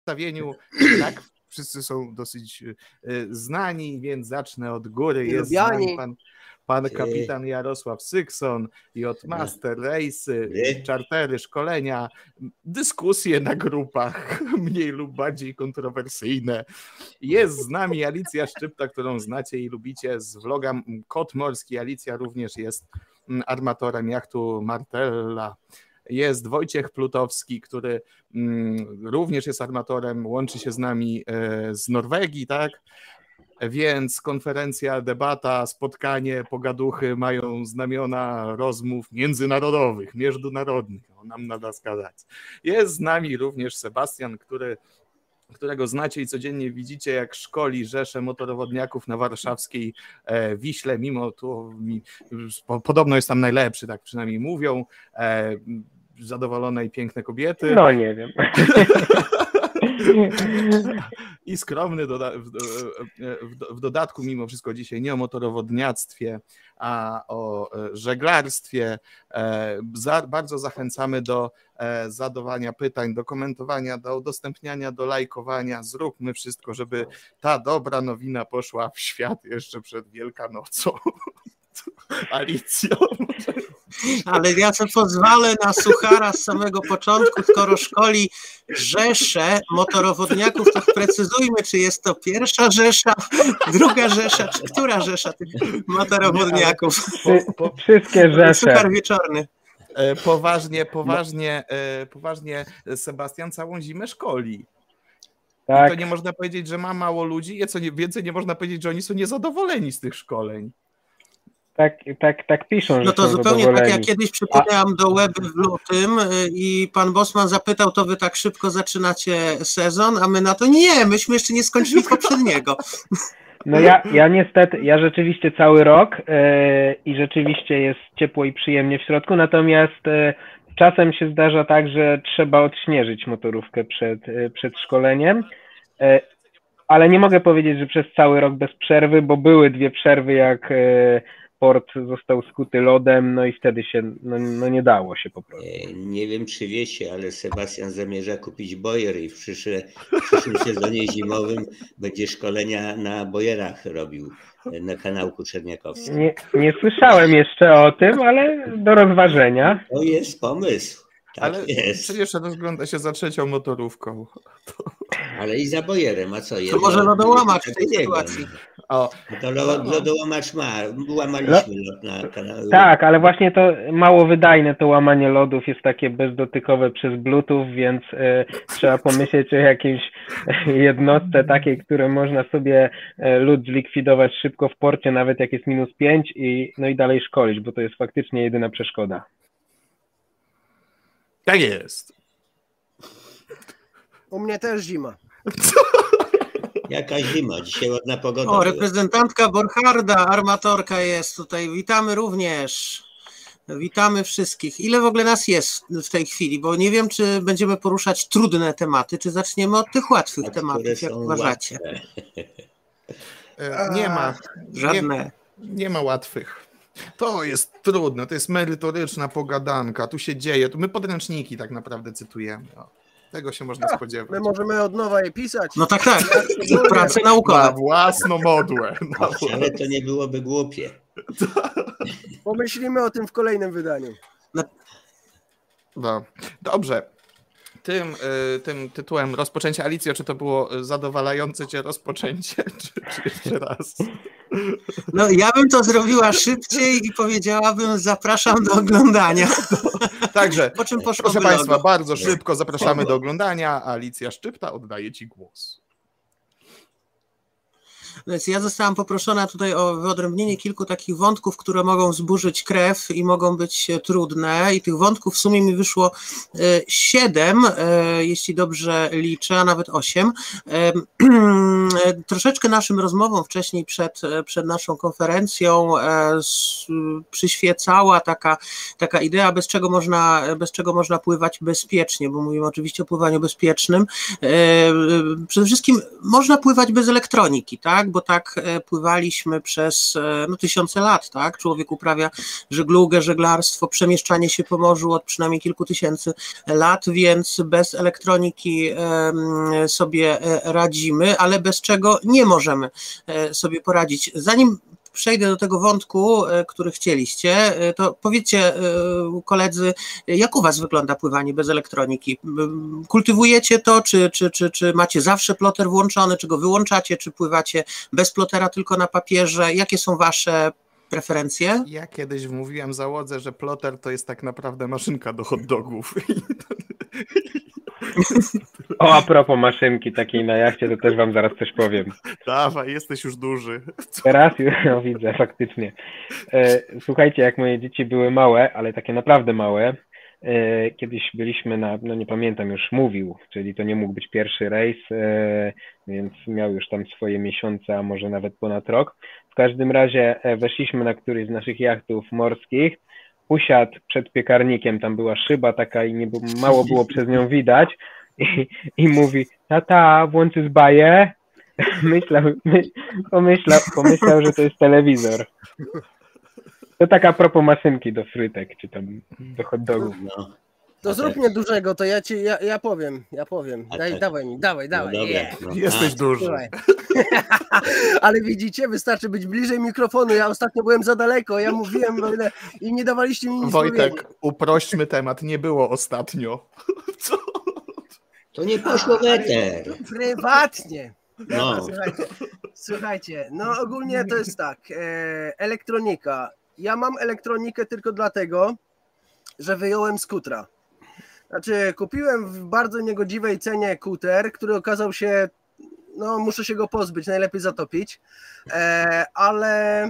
przedstawieniu, tak wszyscy są dosyć znani, więc zacznę od góry. Jest z nami pan kapitan Jarosław Sykson, Master Race'y, czartery, szkolenia, dyskusje na grupach, mniej lub bardziej kontrowersyjne. Jest z nami Alicja Szczypta, którą znacie i lubicie z vloga Kot Morski. Alicja również jest armatorem jachtu Martella. Jest Wojciech Plutowski, który również jest armatorem, łączy się z nami z Norwegii, tak? Więc konferencja, debata, spotkanie, pogaduchy mają znamiona rozmów międzynarodowych, międzynarodnych, on nam nada skazać. Jest z nami również Sebastian, którego znacie i codziennie widzicie, jak szkoli rzeszę motorowodniaków na warszawskiej Wiśle, mimo to podobno jest tam najlepszy, tak przynajmniej mówią, zadowolone i piękne kobiety. No nie wiem. I skromny w dodatku mimo wszystko dzisiaj nie o motorowodniactwie, a o żeglarstwie. Bardzo zachęcamy do zadawania pytań, do komentowania, do udostępniania, do lajkowania. Zróbmy wszystko, żeby ta dobra nowina poszła w świat jeszcze przed Wielkanocą. Alicjo. Ale ja sobie pozwolę na suchara z samego początku, skoro szkoli rzeszę motorowodniaków, to precyzujmy, czy jest to pierwsza rzesza, druga rzesza, czy która rzesza tych motorowodniaków. Wszystkie rzesze. Suchar wieczorny. Poważnie Sebastian całą zimę szkoli. Tak. I to nie można powiedzieć, że ma mało ludzi, więcej nie można powiedzieć, że oni są niezadowoleni z tych szkoleń. Tak piszą, że no to są zupełnie zadowoleni. tak, jak kiedyś przypomniałam do Łeby w lutym i pan Bosman zapytał, to wy tak szybko zaczynacie sezon, a my na to nie, myśmy jeszcze nie skończyli poprzedniego. No ja niestety, ja rzeczywiście cały rok i rzeczywiście jest ciepło i przyjemnie w środku, natomiast czasem się zdarza tak, że trzeba odśnieżyć motorówkę przed szkoleniem, ale nie mogę powiedzieć, że przez cały rok bez przerwy, bo były 2 przerwy, jak port został skuty lodem, no i wtedy się no nie dało się po prostu. Nie wiem, czy wiecie, ale Sebastian zamierza kupić bojer i w przyszłym sezonie zimowym będzie szkolenia na bojerach robił na kanałku Czerniakowskim. Nie słyszałem jeszcze o tym, ale do rozważenia. To jest pomysł. Tak, ale jest. przecież rozgląda się za 3. motorówką. Ale i za bojerem, a co jest? To może lodołamacz w tej sytuacji. To lodołamacz łamaliśmy lot na kanale. Tak, ale właśnie to mało wydajne to łamanie lodów jest takie bezdotykowe przez Bluetooth, więc trzeba pomyśleć o jakiejś jednostce takiej, które można sobie lód zlikwidować szybko w porcie, nawet jak jest -5 i dalej szkolić, bo to jest faktycznie jedyna przeszkoda. Tak jest. U mnie też zima. Jaka zima? Dzisiaj ładna pogoda. O, reprezentantka Borcharda, armatorka jest tutaj. Witamy również. Witamy wszystkich. Ile w ogóle nas jest w tej chwili? Bo nie wiem, czy będziemy poruszać trudne tematy, czy zaczniemy od tych łatwych tematów, jak uważacie. Nie ma. Żadne. Nie ma łatwych. To jest trudne, to jest merytoryczna pogadanka, tu się dzieje, tu my podręczniki tak naprawdę cytujemy. Tego się można spodziewać. My możemy od nowa je pisać. No tak. Prace naukowe. Na własną modłę. Ale to nie byłoby głupie. Pomyślimy o tym w kolejnym wydaniu. No. Dobrze. Tym tytułem rozpoczęcia, Alicjo, czy to było zadowalające cię rozpoczęcie, czy jeszcze raz? No ja bym to zrobiła szybciej i powiedziałabym zapraszam do oglądania. Także, po czym poszło proszę Państwa, bardzo szybko zapraszamy do oglądania. Alicja Szczypta, oddaję Ci głos. Więc ja zostałam poproszona tutaj o wyodrębnienie kilku takich wątków, które mogą zburzyć krew i mogą być trudne i tych wątków w sumie mi wyszło 7, jeśli dobrze liczę, a nawet 8. Troszeczkę naszym rozmowom wcześniej przed naszą konferencją przyświecała taka idea, bez czego można pływać bezpiecznie, bo mówimy oczywiście o pływaniu bezpiecznym. Przede wszystkim można pływać bez elektroniki, tak? tak? Bo tak pływaliśmy przez tysiące lat, tak? Człowiek uprawia żeglugę, żeglarstwo, przemieszczanie się po morzu od przynajmniej kilku tysięcy lat, więc bez elektroniki sobie radzimy, ale bez czego nie możemy sobie poradzić. Zanim przejdę do tego wątku, który chcieliście, to powiedzcie, koledzy, jak u was wygląda pływanie bez elektroniki? Kultywujecie to, czy macie zawsze ploter włączony, czy go wyłączacie, czy pływacie bez plotera tylko na papierze? Jakie są wasze preferencje? Ja kiedyś mówiłem załodze, że ploter to jest tak naprawdę maszynka do hot dogów. O, a propos maszynki takiej na jachcie, to też wam zaraz coś powiem. Dawaj, jesteś już duży. Teraz no, widzę, faktycznie. Słuchajcie, jak moje dzieci były małe, ale takie naprawdę małe, kiedyś byliśmy no nie pamiętam już, Mówił, czyli to nie mógł być pierwszy rejs, więc miał już tam swoje miesiące, a może nawet ponad rok. W każdym razie weszliśmy na któryś z naszych jachtów morskich, usiadł przed piekarnikiem, tam była szyba taka i mało było przez nią widać i mówi: tata, włączy zbaję. Pomyślał, że to jest telewizor. To tak a propos maszynki do frytek, czy tam do hot dogów. No. To zrób mnie dużego, to ja powiem. Dawaj mi. No dobra, no. Jesteś duży. Ale widzicie, wystarczy być bliżej mikrofonu. Ja ostatnio byłem za daleko, ja mówiłem i nie dawaliście mi nic Wojtek, powiedzieć. uprośćmy temat, nie było ostatnio. Co? To nie poszło w eter. Prywatnie. No. Słuchajcie, no ogólnie to jest tak, elektronika. Ja mam elektronikę tylko dlatego, że wyjąłem skutra. Znaczy, kupiłem w bardzo niegodziwej cenie kuter, który okazał się, no muszę się go pozbyć, najlepiej zatopić, ale...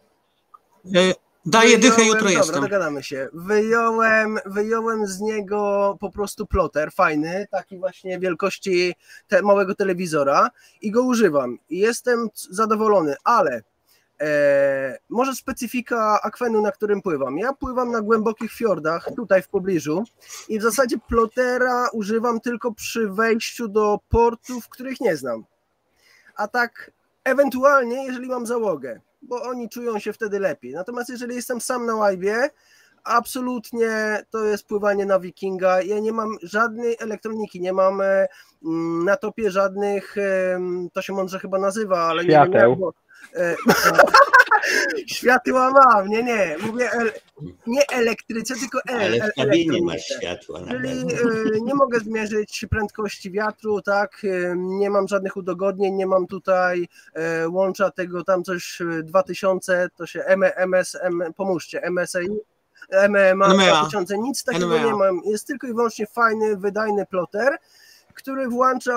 Daję dychę, jutro dobra, jestem. dogadamy się. Wyjąłem z niego po prostu ploter, fajny, taki właśnie wielkości małego telewizora i go używam. I jestem zadowolony, ale może specyfika akwenu, na którym pływam. Ja pływam na głębokich fiordach, tutaj w pobliżu i w zasadzie plotera używam tylko przy wejściu do portów, których nie znam. A tak ewentualnie, jeżeli mam załogę, bo oni czują się wtedy lepiej. Natomiast jeżeli jestem sam na łajbie, absolutnie to jest pływanie na Wikinga. Ja nie mam żadnej elektroniki, nie mam na topie żadnych, to się mądrze chyba nazywa, ale świateł. Nie wiem jak, bo, światła mam, nie, mówię nie elektryce, tylko ale w kabinie masz światła. Czyli nie mogę zmierzyć prędkości wiatru, tak, nie mam żadnych udogodnień, nie mam tutaj łącza tego tam coś 2000, to się pomóżcie, MSI, MMA 2000, nic takiego nie mam, jest tylko i wyłącznie fajny, wydajny ploter, który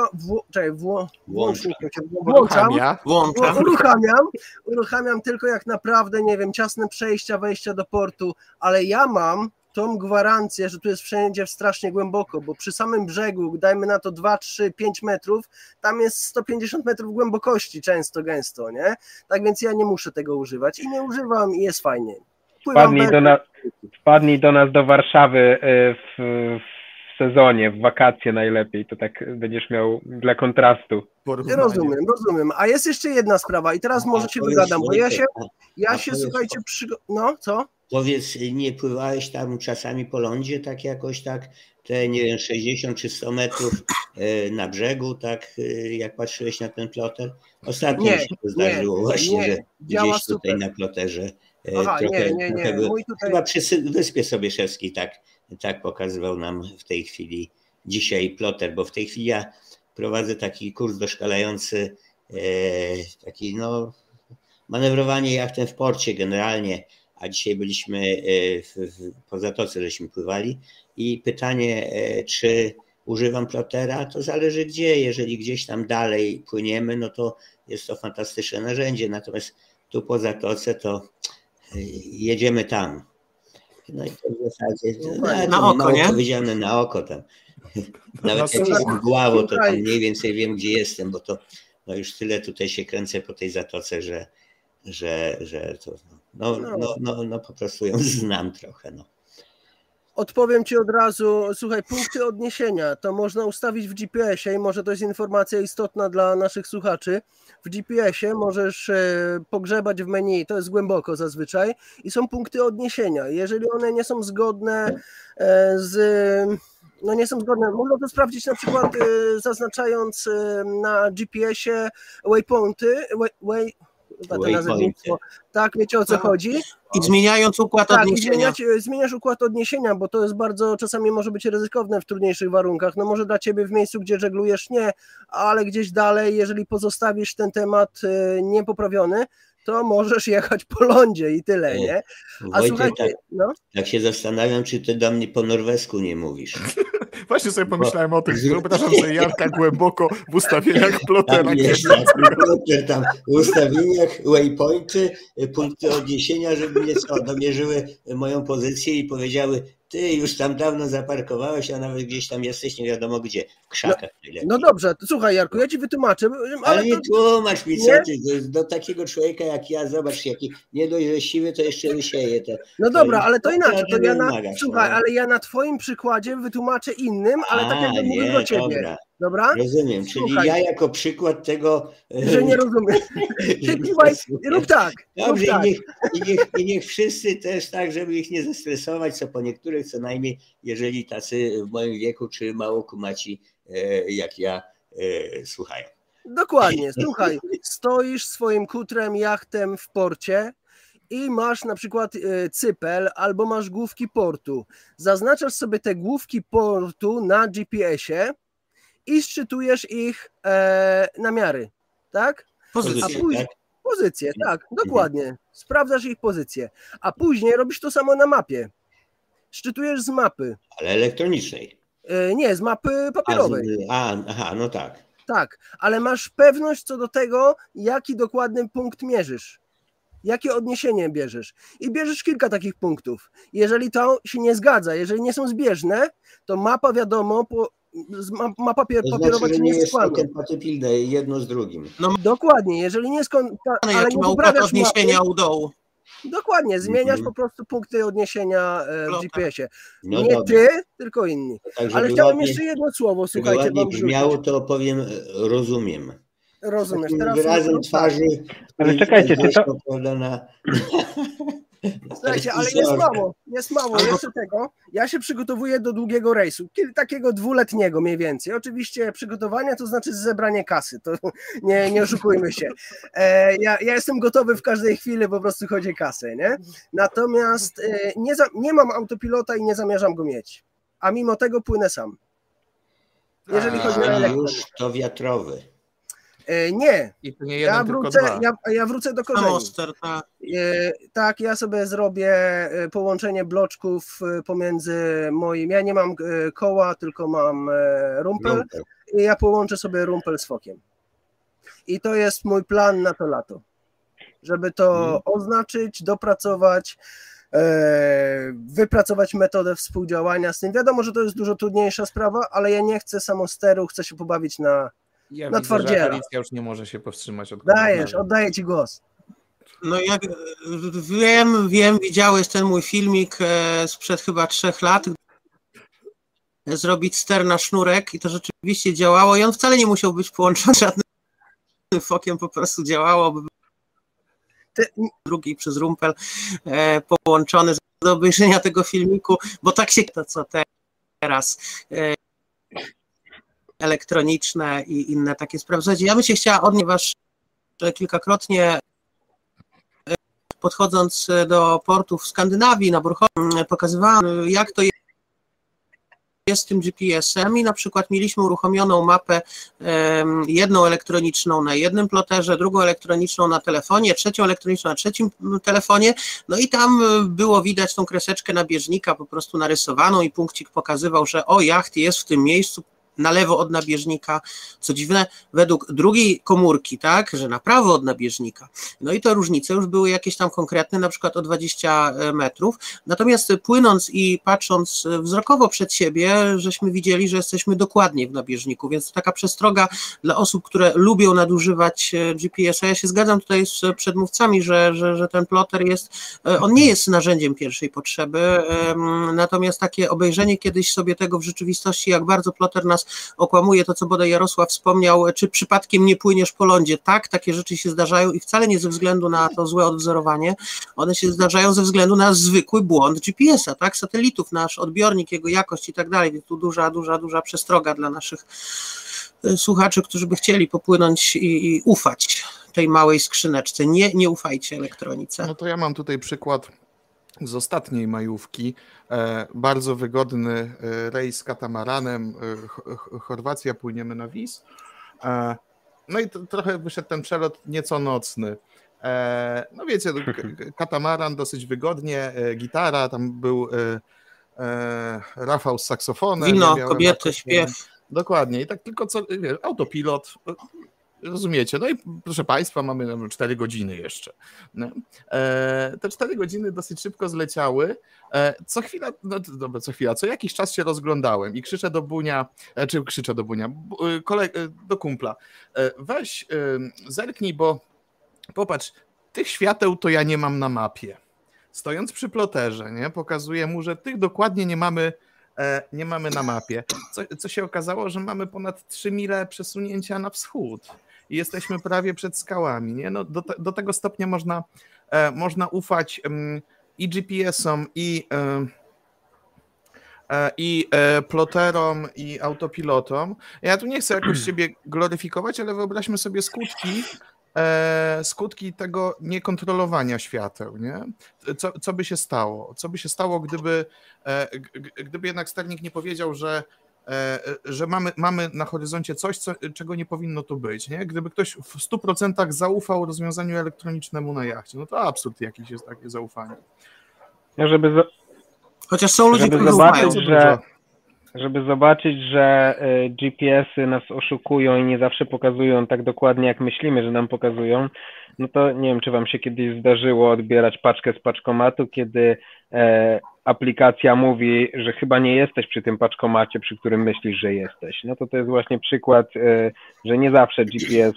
uruchamiam tylko jak naprawdę, nie wiem, ciasne przejścia, wejścia do portu, ale ja mam tą gwarancję, że tu jest wszędzie strasznie głęboko, bo przy samym brzegu, dajmy na to 2, 3, 5 metrów, tam jest 150 metrów głębokości często, gęsto, nie? Tak więc ja nie muszę tego używać i nie używam i jest fajnie. Wpadnij do nas do Warszawy w sezonie, w wakacje najlepiej, to tak będziesz miał dla kontrastu. Rozumiem. A jest jeszcze jedna sprawa i teraz może się wygadam, bo ja się słuchajcie, no co? Powiedz, nie pływałeś tam czasami po lądzie tak jakoś tak, te nie wiem, 60 czy 100 metrów na brzegu, tak jak patrzyłeś na ten ploter? Ostatnio mi się to zdarzyło właśnie, że gdzieś tutaj na ploterze. Nie. Chyba przy Wyspie Sobieszewskiej tak pokazywał nam w tej chwili dzisiaj ploter, bo w tej chwili ja prowadzę taki kurs doszkalający, taki no manewrowanie jachtem w porcie generalnie, a dzisiaj byliśmy po zatoce, żeśmy pływali i pytanie, czy używam plotera, to zależy gdzie, jeżeli gdzieś tam dalej płyniemy, no to jest to fantastyczne narzędzie, natomiast tu po zatoce to jedziemy tam. No i to w zasadzie na oko, nie? Powiedziane na oko tam. Nawet jak jest mgławo, to tam mniej więcej wiem, gdzie jestem, bo to no już tyle tutaj się kręcę po tej zatoce, że to no po prostu ją znam trochę. No. Odpowiem Ci od razu, słuchaj, punkty odniesienia to można ustawić w GPS-ie i może to jest informacja istotna dla naszych słuchaczy. W GPS-ie możesz pogrzebać w menu, to jest głęboko zazwyczaj i są punkty odniesienia. Jeżeli one nie są zgodne nie są zgodne, można to sprawdzić na przykład zaznaczając na GPS-ie waypointy, tak, wiecie o co chodzi. I zmieniając układ odniesienia. Zmieniasz układ odniesienia, bo to jest bardzo, czasami może być ryzykowne w trudniejszych warunkach. No może dla ciebie w miejscu, gdzie żeglujesz nie, ale gdzieś dalej, jeżeli pozostawisz ten temat niepoprawiony, to możesz jechać po lądzie i tyle, nie? A Wojtek, słuchajcie, tak się zastanawiam, czy ty do mnie po norwesku nie mówisz. Właśnie sobie pomyślałem o tym, wyobrażam sobie Jarka głęboko w ustawieniach plotera. Tam jest taki ploter, tam w ustawieniach waypointy, punkty odniesienia, żeby mnie domierzyły moją pozycję i powiedziały, ty już tam dawno zaparkowałeś, a nawet gdzieś tam jesteś, nie wiadomo gdzie, w krzakach. No dobrze, słuchaj Jarku, ja ci wytłumaczę. Ale nie tłumacz mi, co ty, do takiego człowieka jak ja, zobacz, jaki nie dość, że siwy, to jeszcze wysieje. No dobra, ale to inaczej, ale ja na twoim przykładzie wytłumaczę innym, ale tak jakbym mówił do ciebie. Dobra? Rozumiem, czyli ja jako przykład tego... Że nie rozumiem. Rób tak. Dobrze, i niech wszyscy też tak, żeby ich nie zestresować, co po niektórych co najmniej, jeżeli tacy w moim wieku, czy mało kumaci jak ja słuchają. Dokładnie, słuchaj, stoisz swoim kutrem, jachtem w porcie i masz na przykład cypel albo masz główki portu. Zaznaczasz sobie te główki portu na GPS-ie i szczytujesz ich namiary, tak? Pozycje, tak, dokładnie. Sprawdzasz ich pozycję, a później robisz to samo na mapie. Szczytujesz z mapy. Ale elektronicznej. Nie, z mapy papierowej. Aha, no tak. Tak, ale masz pewność co do tego, jaki dokładny punkt mierzysz. Jakie odniesienie bierzesz. I bierzesz kilka takich punktów. Jeżeli to się nie zgadza, jeżeli nie są zbieżne, to mapa wiadomo, mapa papierowa ci nie jest kompatybilne jedno z drugim. No, dokładnie, jeżeli nie jest ale nie poprawiasz odniesienia u dołu. Dokładnie, zmieniasz po prostu punkty odniesienia w GPS-ie. No nie dobrze. Ty, tylko inni. Tak, ale chciałem jeszcze jedno słowo, słuchajcie. Żeby ładnie brzmiało, to powiem rozumiem. Rozumiesz. Teraz wyrazem twarzy. Ale czekajcie, czy to... Słuchajcie, ale jest mało. Jeszcze tego, ja się przygotowuję do długiego rejsu, takiego 2-letniego mniej więcej. Oczywiście przygotowania to znaczy zebranie kasy, to nie oszukujmy się. Ja jestem gotowy w każdej chwili, po prostu chodzi o kasę, nie? Natomiast nie mam autopilota i nie zamierzam go mieć, a mimo tego płynę sam. Jeżeli chodzi o elektronikę. Już to wiatrowy. Nie, I to nie jeden, ja wrócę do korzeni. Tak, ja sobie zrobię połączenie bloczków pomiędzy moim, ja nie mam koła, tylko mam rumpel i ja połączę sobie rumpel z fokiem. I to jest mój plan na to lato, żeby to oznaczyć, dopracować, wypracować metodę współdziałania z tym. Wiadomo, że to jest dużo trudniejsza sprawa, ale ja nie chcę samosteru, chcę się pobawić na twardziela. Alicja już nie może się powstrzymać od oddaję ci głos. No jak wiem, widziałeś ten mój filmik sprzed chyba 3 lat, zrobić ster na sznurek i to rzeczywiście działało i on wcale nie musiał być połączony żadnym fokiem, po prostu działało, drugi przez rumpel połączony do obejrzenia tego filmiku, bo tak się to co teraz elektroniczne i inne takie sprawy. Słuchajcie, ja bym się chciała odnieść kilkakrotnie, podchodząc do portów w Skandynawii, na Bornholm, pokazywałam, jak to jest z tym GPS-em i na przykład mieliśmy uruchomioną mapę, jedną elektroniczną na jednym ploterze, drugą elektroniczną na telefonie, trzecią elektroniczną na trzecim telefonie, no i tam było widać tą kreseczkę nabieżnika po prostu narysowaną i punkcik pokazywał, że jacht jest w tym miejscu, na lewo od nabieżnika, co dziwne, według drugiej komórki, tak, że na prawo od nabieżnika. No i te różnice już były jakieś tam konkretne, na przykład o 20 metrów, natomiast płynąc i patrząc wzrokowo przed siebie, żeśmy widzieli, że jesteśmy dokładnie w nabieżniku, więc to taka przestroga dla osób, które lubią nadużywać GPS-a. Ja się zgadzam tutaj z przedmówcami, że ten ploter on nie jest narzędziem pierwszej potrzeby, natomiast takie obejrzenie kiedyś sobie tego w rzeczywistości, jak bardzo ploter nas okłamuje, to co bodaj Jarosław wspomniał, czy przypadkiem nie płyniesz po lądzie. Tak, takie rzeczy się zdarzają i wcale nie ze względu na to złe odwzorowanie, one się zdarzają ze względu na zwykły błąd GPS-a, tak, satelitów, nasz odbiornik, jego jakość i tak dalej, więc tu duża przestroga dla naszych słuchaczy, którzy by chcieli popłynąć i ufać tej małej skrzyneczce. Nie ufajcie elektronice. No to ja mam tutaj przykład z ostatniej majówki. Bardzo wygodny rejs katamaranem. Chorwacja, płyniemy na Vis. No i trochę wyszedł ten przelot nieco nocny. No wiecie, katamaran dosyć wygodnie, gitara, tam był Rafał z saksofonem. Wino, kobiety, śpiew. Dokładnie. I tak tylko autopilot. Rozumiecie? No i proszę Państwa, mamy 4 godziny jeszcze. No. Te 4 godziny dosyć szybko zleciały. Co jakiś czas się rozglądałem i krzyczę do Bunia, do kumpla, weź zerknij, bo popatrz, tych świateł to ja nie mam na mapie. Stojąc przy ploterze, nie, pokazuję mu, że tych dokładnie nie mamy na mapie. Co się okazało, że mamy ponad 3 mile przesunięcia na wschód i jesteśmy prawie przed skałami. Nie? No, do tego stopnia można ufać i GPS-om, i ploterom, i autopilotom. Ja tu nie chcę jakoś siebie gloryfikować, ale wyobraźmy sobie skutki tego niekontrolowania świateł, nie? Co by się stało? Co by się stało, gdyby jednak sternik nie powiedział, że mamy na horyzoncie coś, czego nie powinno tu być, nie? Gdyby ktoś w 100% zaufał rozwiązaniu elektronicznemu na jachcie, no to absurd jakiś jest takie zaufanie. Chociaż są ludzie, którzy żeby zobaczyć, że GPS-y nas oszukują i nie zawsze pokazują tak dokładnie, jak myślimy, że nam pokazują, no to nie wiem, czy wam się kiedyś zdarzyło odbierać paczkę z paczkomatu, kiedy aplikacja mówi, że chyba nie jesteś przy tym paczkomacie, przy którym myślisz, że jesteś. No to jest właśnie przykład, że nie zawsze GPS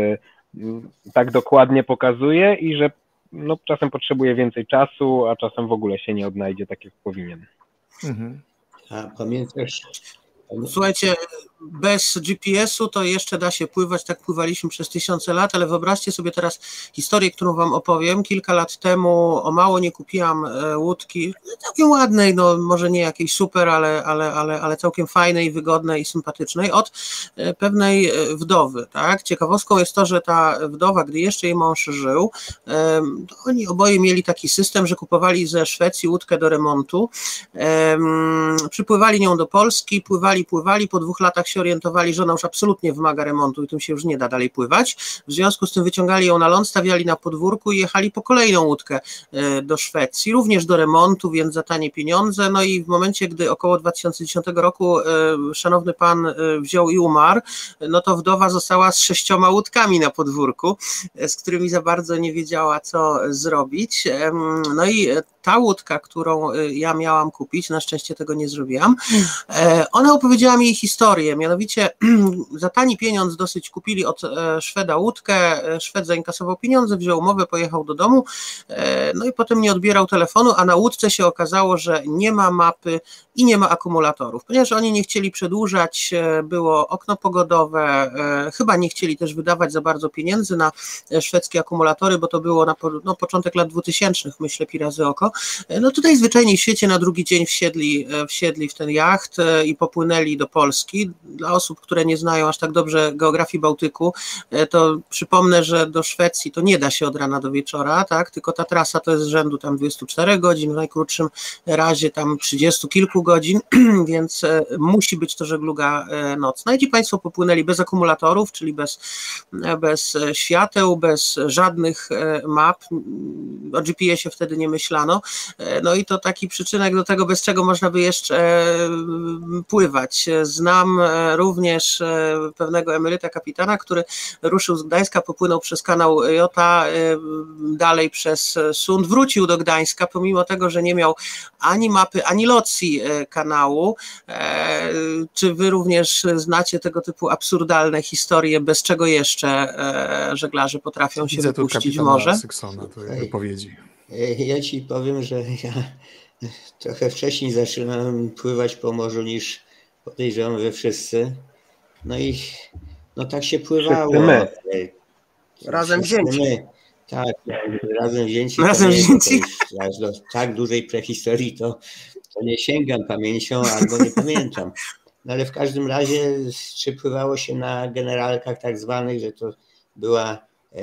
tak dokładnie pokazuje i że no, czasem potrzebuje więcej czasu, a czasem w ogóle się nie odnajdzie tak, jak powinien. Mhm. A pamiętasz? Słuchajcie, bez GPS-u to jeszcze da się pływać, tak pływaliśmy przez 1000 lat, ale wyobraźcie sobie teraz historię, którą wam opowiem. Kilka lat temu o mało nie kupiłam łódki, całkiem ładnej, no może nie jakiejś super, ale całkiem fajnej, wygodnej i sympatycznej od pewnej wdowy, tak? Ciekawostką jest to, że ta wdowa, gdy jeszcze jej mąż żył, to oni oboje mieli taki system, że kupowali ze Szwecji łódkę do remontu, przypływali nią do Polski, pływali, po 2 latach się orientowali, że ona już absolutnie wymaga remontu i tym się już nie da dalej pływać. W związku z tym wyciągali ją na ląd, stawiali na podwórku i jechali po kolejną łódkę do Szwecji, również do remontu, więc za tanie pieniądze. No i w momencie, gdy około 2010 roku szanowny pan wziął i umarł, no to wdowa została z 6 łódkami na podwórku, z którymi za bardzo nie wiedziała, co zrobić. No i ta łódka, którą ja miałam kupić, na szczęście tego nie zrobiłam, ona opowiedziała mi historię, mianowicie za tani pieniądz dosyć kupili od Szweda łódkę, Szwed zainkasował pieniądze, wziął umowę, pojechał do domu, no i potem nie odbierał telefonu, a na łódce się okazało, że nie ma mapy i nie ma akumulatorów, ponieważ oni nie chcieli przedłużać, było okno pogodowe, chyba nie chcieli też wydawać za bardzo pieniędzy na szwedzkie akumulatory, bo to było na początek lat 2000, myślę, pi razy oko. No tutaj zwyczajnie w świecie na drugi dzień wsiedli w ten jacht i popłynęli do Polski. Dla osób, które nie znają aż tak dobrze geografii Bałtyku, to przypomnę, że do Szwecji to nie da się od rana do wieczora, tak? Tylko ta trasa to jest z rzędu tam 24 godzin, w najkrótszym razie tam 30 kilku godzin, więc musi być to żegluga nocna. I ci Państwo popłynęli bez akumulatorów, czyli bez świateł, bez żadnych map. O GPS-ie wtedy nie myślano. No i to taki przyczynek do tego, bez czego można by jeszcze pływać. słuchać. Znam również pewnego emeryta kapitana, który ruszył z Gdańska, popłynął przez kanał Jota, dalej przez Sund, wrócił do Gdańska, pomimo tego, że nie miał ani mapy, ani locji kanału. Czy wy również znacie tego typu absurdalne historie, bez czego jeszcze żeglarze potrafią się wypuścić w morze? Syksona, to wypowiedzi. Ja ci powiem, że ja trochę wcześniej zaczynałem pływać po morzu niż podejrzewam, że wszyscy. No i no tak się pływało. Razem wzięci. Tak, razem wzięci. Razem wzięci. Aż do tak dużej prehistorii to nie sięgam pamięcią albo nie pamiętam. No ale w każdym razie, czy pływało się na generalkach tak zwanych, że to była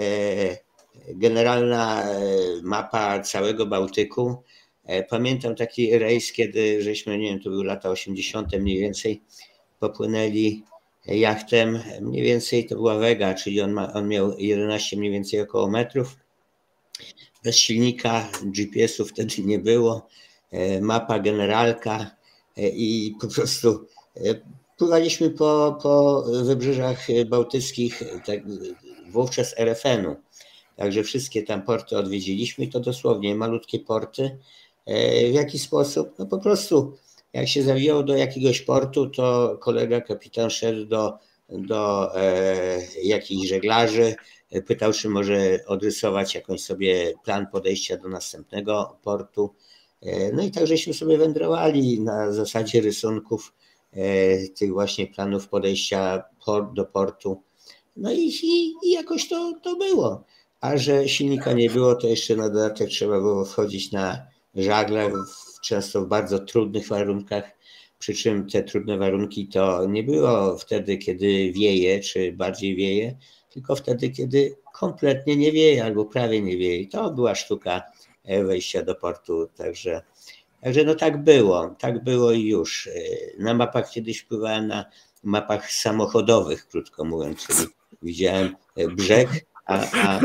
generalna mapa całego Bałtyku. Pamiętam taki rejs, kiedy żeśmy, nie wiem, to były lata 80. mniej więcej, popłynęli jachtem, mniej więcej to była Vega, czyli on miał 11 mniej więcej około metrów. Bez silnika, GPS-u wtedy nie było, mapa generalka i po prostu pływaliśmy po wybrzeżach bałtyckich, tak, wówczas RFN-u. Także wszystkie tam porty odwiedziliśmy i to dosłownie malutkie porty. W jaki sposób? No po prostu jak się zawijało do jakiegoś portu, to kolega kapitan szedł do jakichś żeglarzy, pytał, czy może odrysować jakąś sobie plan podejścia do następnego portu. No i tak żeśmy sobie wędrowali na zasadzie rysunków tych właśnie planów podejścia do portu. No i jakoś to było. A że silnika nie było, to jeszcze na dodatek trzeba było wchodzić na żaglach, często w bardzo trudnych warunkach, przy czym te trudne warunki to nie było wtedy, kiedy wieje, czy bardziej wieje, tylko wtedy, kiedy kompletnie nie wieje albo prawie nie wieje. I to była sztuka wejścia do portu, także no tak było i już. Na mapach kiedyś pływałem, na mapach samochodowych, krótko mówiąc, czyli widziałem brzeg, a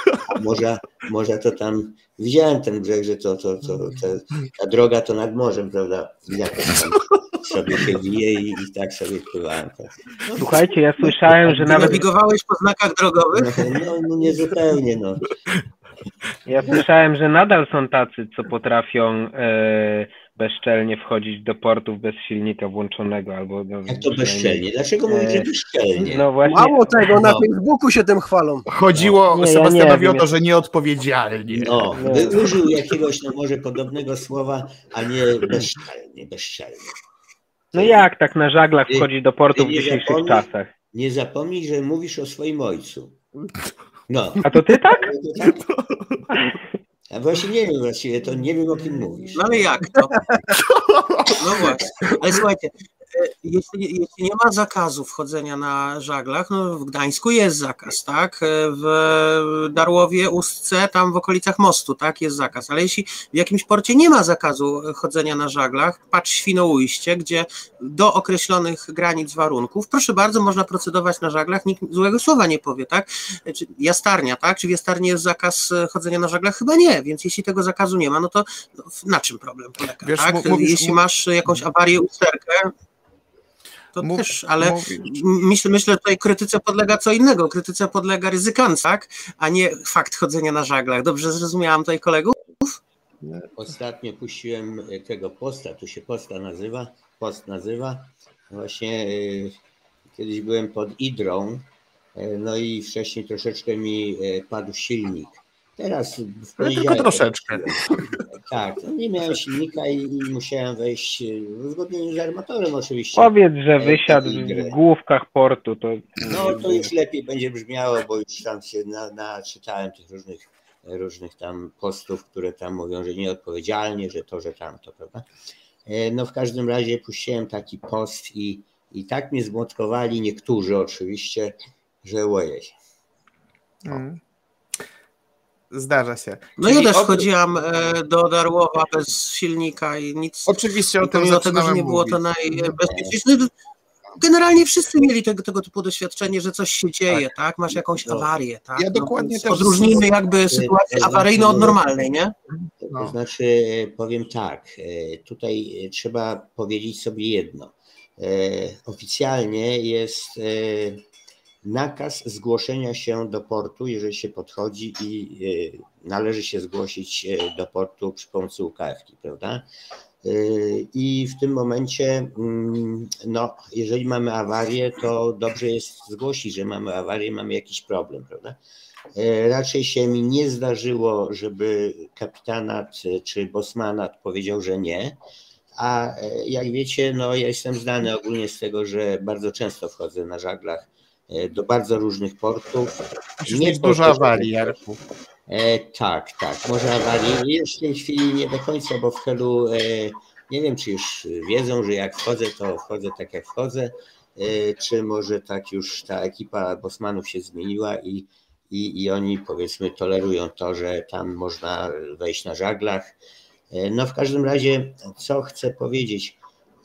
morza to tam, widziałem ten brzeg, że ta droga to nad morzem, prawda, jakoś tam sobie się wije i tak sobie pływałem. Tak. Słuchajcie, ja słyszałem, że nawet... Nawigowałeś po znakach drogowych? No nie zupełnie, no. Ja słyszałem, że nadal są tacy, co potrafią bezczelnie wchodzić do portów bez silnika włączonego albo... Jak to bezczelnie? Dlaczego mówisz, że bezczelnie? No właśnie... Mało tego, na Facebooku się tym chwalą. Chodziło Sebastianowi o to, że nieodpowiedzialnie. No, użył jakiegoś może podobnego słowa, a nie bezczelnie. No jak tak na żaglach wchodzi do portu w dzisiejszych czasach? Nie zapomnij, że mówisz o swoim ojcu. No. A to ty tak? A właśnie nie wiem właściwie, to nie wiem, o kim mówisz. No ale jak to? No właśnie. Ale słuchajcie, jeśli nie ma zakazu wchodzenia na żaglach, no w Gdańsku jest zakaz, tak? W Darłowie, Ustce, tam w okolicach mostu, tak? Jest zakaz. Ale jeśli w jakimś porcie nie ma zakazu chodzenia na żaglach, patrz Świnoujście, gdzie do określonych granic warunków, proszę bardzo, można procedować na żaglach, nikt złego słowa nie powie, tak? Jastarnia, tak? Czy w Jastarni jest zakaz chodzenia na żaglach? Chyba nie, więc jeśli tego zakazu nie ma, no to na czym problem polega, wiesz, tak? Jeśli masz jakąś awarię, usterkę, to też, ale myślę, że tutaj krytyce podlega co innego. Krytyce podlega ryzykant, tak? A nie fakt chodzenia na żaglach. Dobrze zrozumiałam tutaj kolegów? Ostatnio puściłem tego posta, tu się post nazywa. Właśnie kiedyś byłem pod Idrą, no i wcześniej troszeczkę mi padł silnik. Teraz w poniedziałek... Tylko troszeczkę. Tak, no nie miałem silnika i musiałem wejść w uzgodnieniu z armatorem oczywiście. Powiedz, że wysiadł w główkach portu. No to już lepiej będzie brzmiało, bo już tam się naczytałem tych różnych tam postów, które tam mówią, że nieodpowiedzialnie, że to, że tamto, prawda? No w każdym razie puściłem taki post i tak mnie zmotkowali niektórzy oczywiście, że ojej. Zdarza się. No ja też chodziłam do Darłowa bez silnika i nic. Oczywiście o tym pomimo tego, że nie było to najbezpieczniejsze. Generalnie wszyscy mieli tego typu doświadczenie, że coś się dzieje, tak? Masz jakąś awarię, tak? Ja dokładnie też. Odróżnijmy jakby sytuację awaryjną od normalnej, nie? To znaczy, powiem tak, tutaj trzeba powiedzieć sobie jedno. oficjalnie jest nakaz zgłoszenia się do portu, jeżeli się podchodzi i należy się zgłosić do portu przy pomocy UKF-ki, prawda? I w tym momencie, no, jeżeli mamy awarię, to dobrze jest zgłosić, że mamy awarię, mamy jakiś problem, prawda? Raczej się mi nie zdarzyło, żeby kapitanat czy bosmanat powiedział, że nie. A jak wiecie, no ja jestem znany ogólnie z tego, że bardzo często wchodzę na żaglach do bardzo różnych portów. Musisz mieć dużo awarii, Jarku. Tak, może awarii. Już w tej chwili nie do końca, bo w Helu nie wiem, czy już wiedzą, że jak wchodzę, to wchodzę tak jak wchodzę, czy może tak już ta ekipa bosmanów się zmieniła i oni powiedzmy tolerują to, że tam można wejść na żaglach. No w każdym razie, co chcę powiedzieć.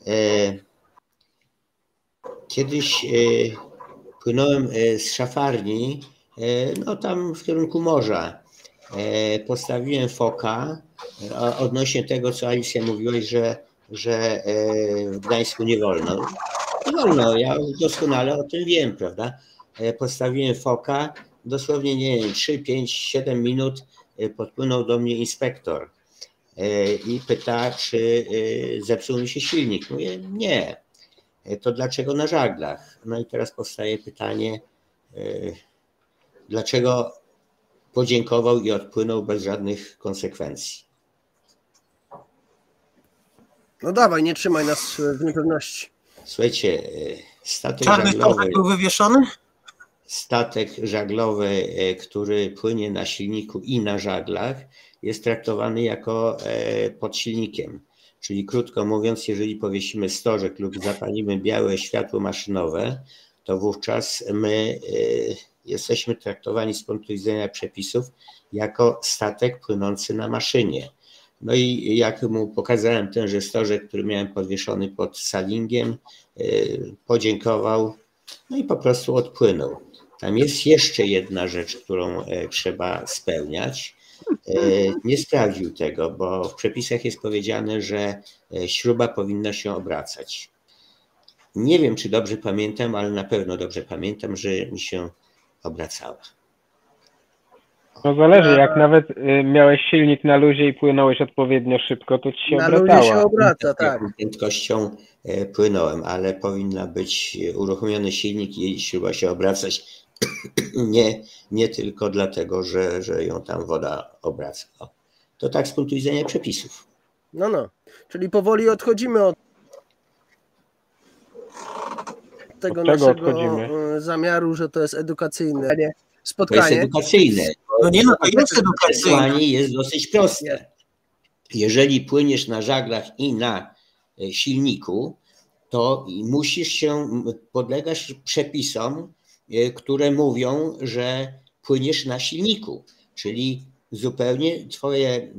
Kiedyś płynąłem z szafarni, no tam w kierunku morza. Postawiłem foka odnośnie tego, co Alicja mówiłaś, że w Gdańsku nie wolno. Nie wolno, ja doskonale o tym wiem, prawda? Postawiłem foka, dosłownie nie wiem, 3, 5, 7 minut podpłynął do mnie inspektor i pyta, czy zepsuł mi się silnik. Mówię, nie. To dlaczego na żaglach? No i teraz powstaje pytanie, dlaczego podziękował i odpłynął bez żadnych konsekwencji? No dawaj, nie trzymaj nas w niepewności. Słuchajcie, statek Czarny żaglowy... był wywieszony? Statek żaglowy, który płynie na silniku i na żaglach, jest traktowany jako pod silnikiem. Czyli krótko mówiąc, jeżeli powiesimy stożek lub zapalimy białe światło maszynowe, to wówczas my jesteśmy traktowani z punktu widzenia przepisów jako statek płynący na maszynie. No i jak mu pokazałem tenże stożek, który miałem podwieszony pod salingiem, podziękował, no i po prostu odpłynął. Tam jest jeszcze jedna rzecz, którą trzeba spełniać. Nie sprawdził tego, bo w przepisach jest powiedziane, że śruba powinna się obracać. Nie wiem, czy dobrze pamiętam, ale na pewno dobrze pamiętam, że mi się obracała. No zależy, jak nawet miałeś silnik na luzie i płynąłeś odpowiednio szybko, to ci się obracała. Na luzie się obraca, tak. Jaką prędkością płynąłem, ale powinna być uruchomiony silnik i śruba się obracać. Nie tylko dlatego, że ją tam woda obraca. To tak z punktu widzenia przepisów. No. Czyli powoli odchodzimy od tego naszego zamiaru, że to jest edukacyjne spotkanie. To jest edukacyjne. No nie, no to jest edukacyjne. Przesłanie jest dosyć proste. Jeżeli płyniesz na żaglach i na silniku, to podlegasz przepisom, które mówią, że płyniesz na silniku, czyli zupełnie twoje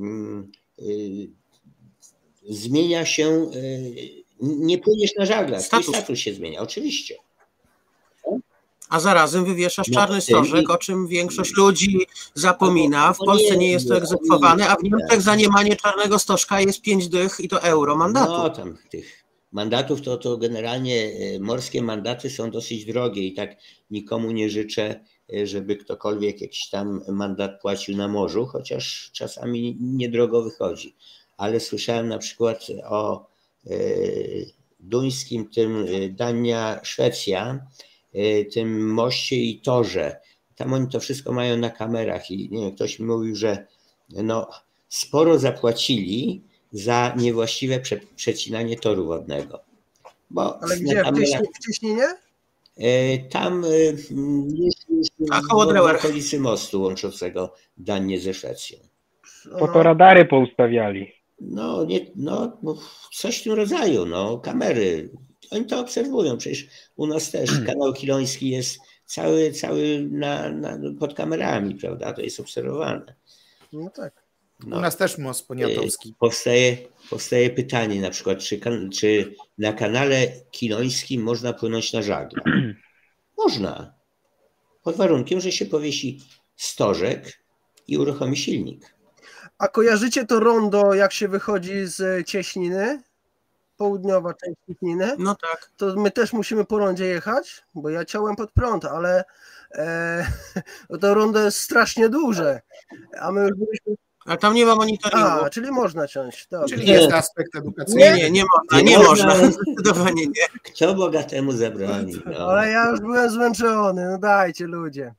zmienia się, nie płyniesz na żaglach, status się zmienia, oczywiście. A zarazem wywieszasz czarny stożek, o czym większość ludzi zapomina. W Polsce nie jest to egzekwowane, a w Niemczech za niemanie czarnego stożka jest 5 dych i to euro mandatu. No tam tych mandatów to generalnie morskie mandaty są dosyć drogie i tak nikomu nie życzę, żeby ktokolwiek jakiś tam mandat płacił na morzu, chociaż czasami niedrogo wychodzi. Ale słyszałem na przykład o duńskim tym Dania-Szwecja, tym moście i torze. Tam oni to wszystko mają na kamerach i nie wiem, ktoś mi mówił, że no, sporo zapłacili za niewłaściwe przecinanie toru wodnego. Bo ale gdzie? Wcześniej nie? Tam jest w okolicy mostu łączącego Danię ze Szwecją. Po to radary poustawiali. No, coś w tym rodzaju, kamery. Oni to obserwują, przecież u nas też kanał Kiloński jest cały pod kamerami, prawda? To jest obserwowane. No tak. U nas też most poniatowski. Powstaje pytanie na przykład, czy na kanale Kilońskim można płynąć na żaglach? Można. Pod warunkiem, że się powiesi stożek i uruchomi silnik. A kojarzycie to rondo, jak się wychodzi z Cieśniny? południowa część Cieśniny, no tak, to my też musimy po rondzie jechać, bo ja ciąłem pod prąd, ale to rondo jest strasznie duże, a my już byliśmy... Ale tam nie ma monitoringu. A, czyli można ciąć. Dobrze. Czyli jest aspekt edukacyjny. Nie można, zdecydowanie nie. Kto bogatemu zabroni? No. Ale ja już byłem zmęczony, no dajcie ludzie.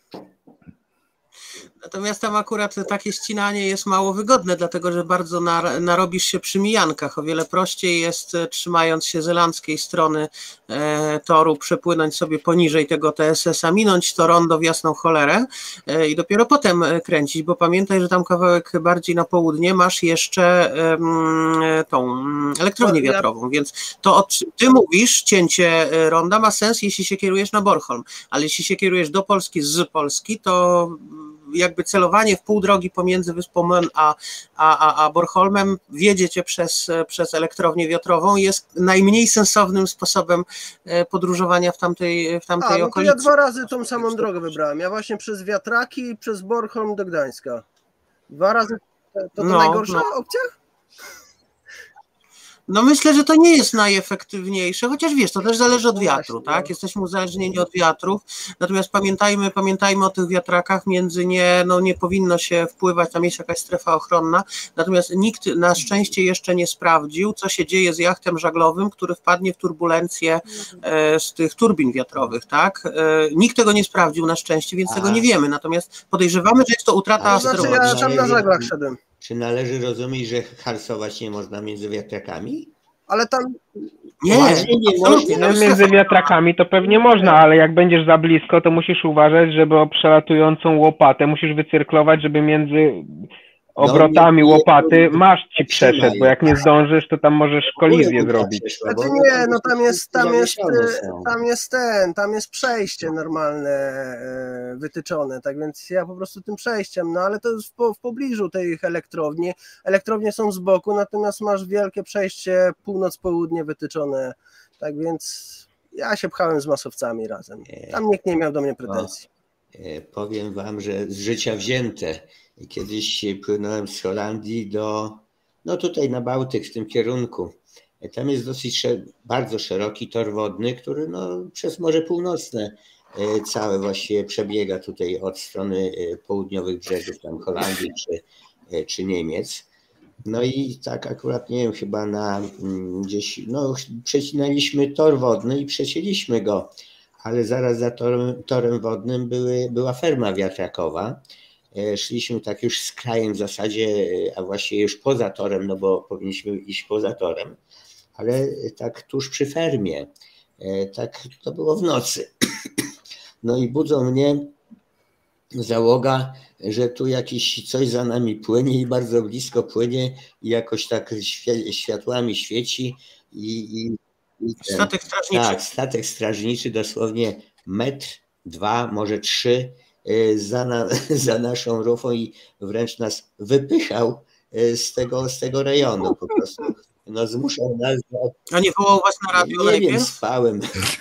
Natomiast tam akurat takie ścinanie jest mało wygodne, dlatego że bardzo narobisz się przy mijankach. O wiele prościej jest, trzymając się zelandzkiej strony toru, przepłynąć sobie poniżej tego TSS-a, minąć to rondo w jasną cholerę i dopiero potem kręcić, bo pamiętaj, że tam kawałek bardziej na południe masz jeszcze tą elektrownię wiatrową, więc to ty mówisz, cięcie ronda ma sens, jeśli się kierujesz na Bornholm, ale jeśli się kierujesz do Polski z Polski, to jakby celowanie w pół drogi pomiędzy wyspą Mön a Bornholmem, wiedziecie przez elektrownię wiatrową, jest najmniej sensownym sposobem podróżowania w tamtej okolicy. To ja 2 razy tą samą drogę wybrałem. Ja właśnie przez wiatraki i przez Bornholm do Gdańska. 2 razy. To najgorsza opcja? No myślę, że to nie jest najefektywniejsze, chociaż wiesz, to też zależy od wiatru, tak? Jesteśmy uzależnieni od wiatrów, natomiast pamiętajmy o tych wiatrakach, nie powinno się wpływać, tam jest jakaś strefa ochronna, natomiast nikt na szczęście jeszcze nie sprawdził, co się dzieje z jachtem żaglowym, który wpadnie w turbulencję z tych turbin wiatrowych, tak? Nikt tego nie sprawdził na szczęście, więc tego nie wiemy, natomiast podejrzewamy, że jest to utrata asteroidu. Ja tam na żaglach szedłem. Czy należy rozumieć, że harsować nie można między wiatrakami? Ale tam... Nie można. Między wiatrakami to pewnie można, ale jak będziesz za blisko, to musisz uważać, żeby o przelatującą łopatę musisz wycyrklować, żeby między obrotami łopaty masz ci przeszedł, bo jak nie zdążysz, to tam możesz kolizję zrobić. Znaczy nie, no tam jest przejście normalne wytyczone, tak więc ja po prostu tym przejściem, no ale to jest w pobliżu tych elektrowni. Elektrownie są z boku, natomiast masz wielkie przejście północ-południe wytyczone, tak więc ja się pchałem z masowcami razem. Tam nikt nie miał do mnie pretensji. Powiem wam, że z życia wzięte. Kiedyś płynąłem z Holandii tutaj na Bałtyk w tym kierunku. Tam jest bardzo szeroki tor wodny, który przez Morze Północne całe właściwie przebiega tutaj od strony południowych brzegów tam Holandii czy Niemiec. No i tak akurat, nie wiem, chyba przecinaliśmy tor wodny i przecięliśmy go, ale zaraz za torem wodnym była ferma wiatrakowa. Szliśmy tak już z krajem w zasadzie, a właściwie już poza torem, no bo powinniśmy iść poza torem, ale tak tuż przy fermie. Tak to było w nocy. No i budzą mnie załoga, że tu jakiś coś za nami płynie i bardzo blisko płynie i jakoś tak światłami świeci statek strażniczy. Tak, statek strażniczy, dosłownie 1, 2, może 3 za naszą rufą i wręcz nas wypychał z tego rejonu po prostu. No zmuszał nas do... A nie wołał was na radio? Nie wiem, spałem.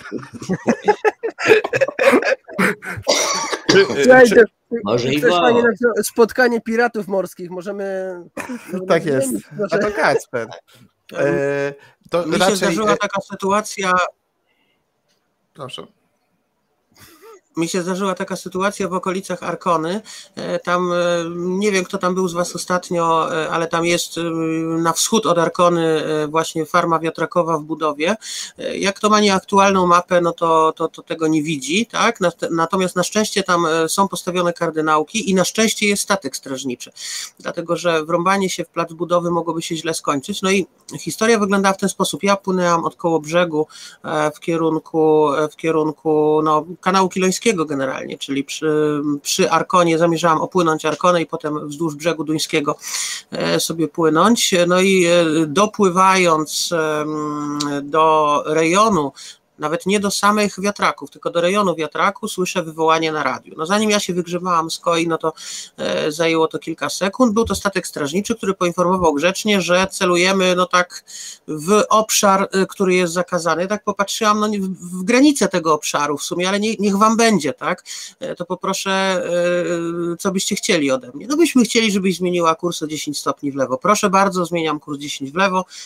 Może i wołał. Spotkanie piratów morskich, możemy... Tak jest, a to Kacper. Mi się zdarzyła taka sytuacja... Proszę. Mi się zdarzyła taka sytuacja w okolicach Arkony, tam nie wiem kto tam był z was ostatnio, ale tam jest na wschód od Arkony właśnie farma wiatrakowa w budowie. Jak to ma nieaktualną mapę, no to tego nie widzi, tak? Natomiast na szczęście tam są postawione kardynałki i na szczęście jest statek strażniczy, dlatego że wrąbanie się w plac budowy mogłoby się źle skończyć. No i historia wyglądała w ten sposób. Ja płynęłam od Kołobrzegu w kierunku kanału Kilońskiego generalnie, czyli przy Arkonie zamierzałam opłynąć Arkonę i potem wzdłuż brzegu duńskiego sobie płynąć. No i dopływając do rejonu, nawet nie do samych wiatraków, tylko do rejonu wiatraku, słyszę wywołanie na radiu. No zanim ja się wygrzewałam z koi, no to zajęło to kilka sekund. Był to statek strażniczy, który poinformował grzecznie, że celujemy tak w obszar, który jest zakazany. Tak popatrzyłam w granicę tego obszaru w sumie, ale niech wam będzie, tak? To poproszę, co byście chcieli ode mnie. No byśmy chcieli, żebyś zmieniła kurs o 10 stopni w lewo. Proszę bardzo, zmieniam kurs 10 w lewo.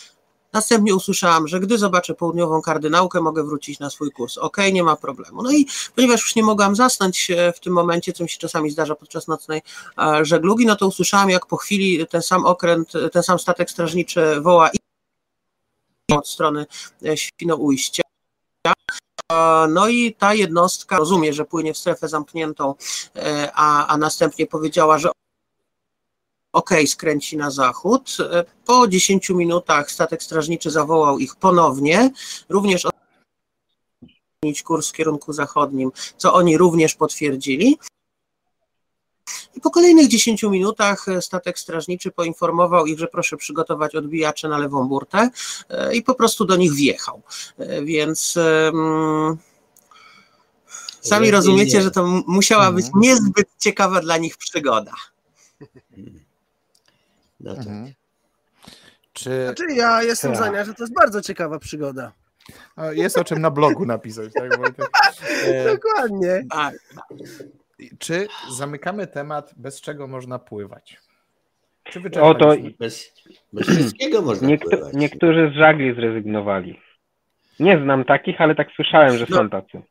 Następnie usłyszałam, że gdy zobaczę południową kardynałkę, mogę wrócić na swój kurs. Okej, nie ma problemu. No i ponieważ już nie mogłam zasnąć w tym momencie, co mi się czasami zdarza podczas nocnej żeglugi, no to usłyszałam, jak po chwili ten sam okręt, ten sam statek strażniczy woła od strony Świnoujścia. No i ta jednostka rozumie, że płynie w strefę zamkniętą, a następnie powiedziała, że skręci na zachód. Po 10 minutach statek strażniczy zawołał ich ponownie, również zmienić kurs w kierunku zachodnim, co oni również potwierdzili. I po kolejnych 10 minutach statek strażniczy poinformował ich, że proszę przygotować odbijacze na lewą burtę i po prostu do nich wjechał. Więc sami rozumiecie, że to musiała być niezbyt ciekawa dla nich przygoda. No tak. Znaczy ja jestem zdania, że to jest bardzo ciekawa przygoda. Jest o czym na blogu napisać, tak? Dokładnie. Czy zamykamy temat, bez czego można pływać? Czy bez wszystkiego można pływać. Niektórzy z żagli zrezygnowali. Nie znam takich, ale tak słyszałem, że są tacy.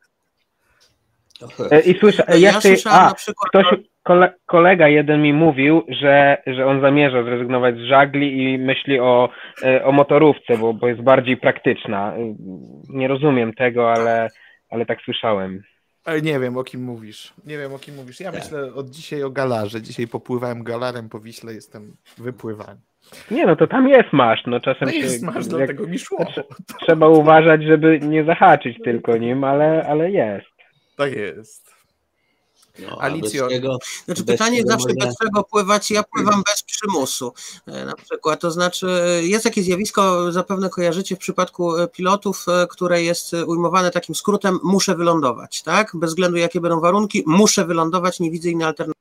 I słyszałem na przykład... Kolega jeden mi mówił, że on zamierza zrezygnować z żagli i myśli o motorówce, bo jest bardziej praktyczna. Nie rozumiem tego, ale tak słyszałem. Nie wiem, o kim mówisz. Ja myślę od dzisiaj o galarze. Dzisiaj popływałem galarem po Wiśle, jestem wypływany. Nie, no to tam jest maszt. No czasem jest maszt, dlatego mi szło. Trzeba uważać, żeby nie zahaczyć tylko nim, ale jest. Tak jest. No, Alicjo, znaczy pytanie zawsze bez czego pływać, ja pływam bez przymusu na przykład, to znaczy jest takie zjawisko, zapewne kojarzycie w przypadku pilotów, które jest ujmowane takim skrótem muszę wylądować, tak? Bez względu jakie będą warunki, muszę wylądować, nie widzę innej alternatywy.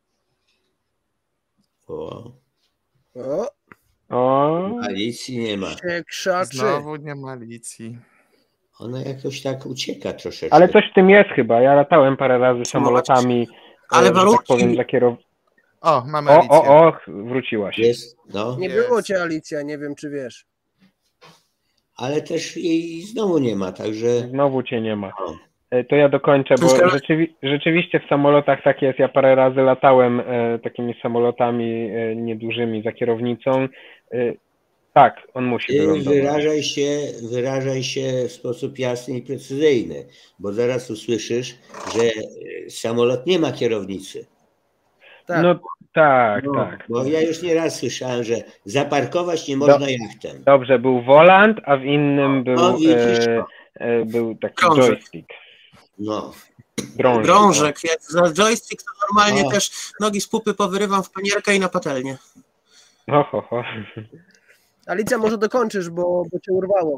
Alicji nie ma. Znowu nie ma Alicji. Ona jakoś tak ucieka troszeczkę. Ale coś w tym jest chyba. Ja latałem parę razy samolotami, ale warunki... tak powiem, za mamy Alicję. Wróciła się. Nie było cię, Alicja, nie wiem czy wiesz. Ale też jej znowu nie ma, także... Znowu cię nie ma. To ja dokończę, bo rzeczywiście w samolotach tak jest. Ja parę razy latałem takimi samolotami niedużymi za kierownicą. Tak, on musi wylądować. Wyrażaj się w sposób jasny i precyzyjny, bo zaraz usłyszysz, że samolot nie ma kierownicy. Tak. No tak. Bo ja już nieraz słyszałem, że zaparkować nie można jachtem. Dobrze, był wolant, a w innym był taki joystick. No. Drążek. Jak za joystick to normalnie też nogi z pupy powyrywam w panierkę i na patelnię. Alicja, może dokończysz, bo cię urwało.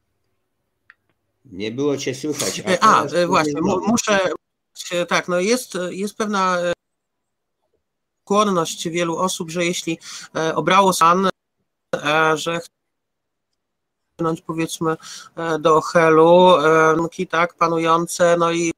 Nie było cię słychać. Właśnie, muszę... Tak, no jest pewna skłonność wielu osób, że jeśli obrało stan, że chcą powiedzmy do helu, tak, panujące, no i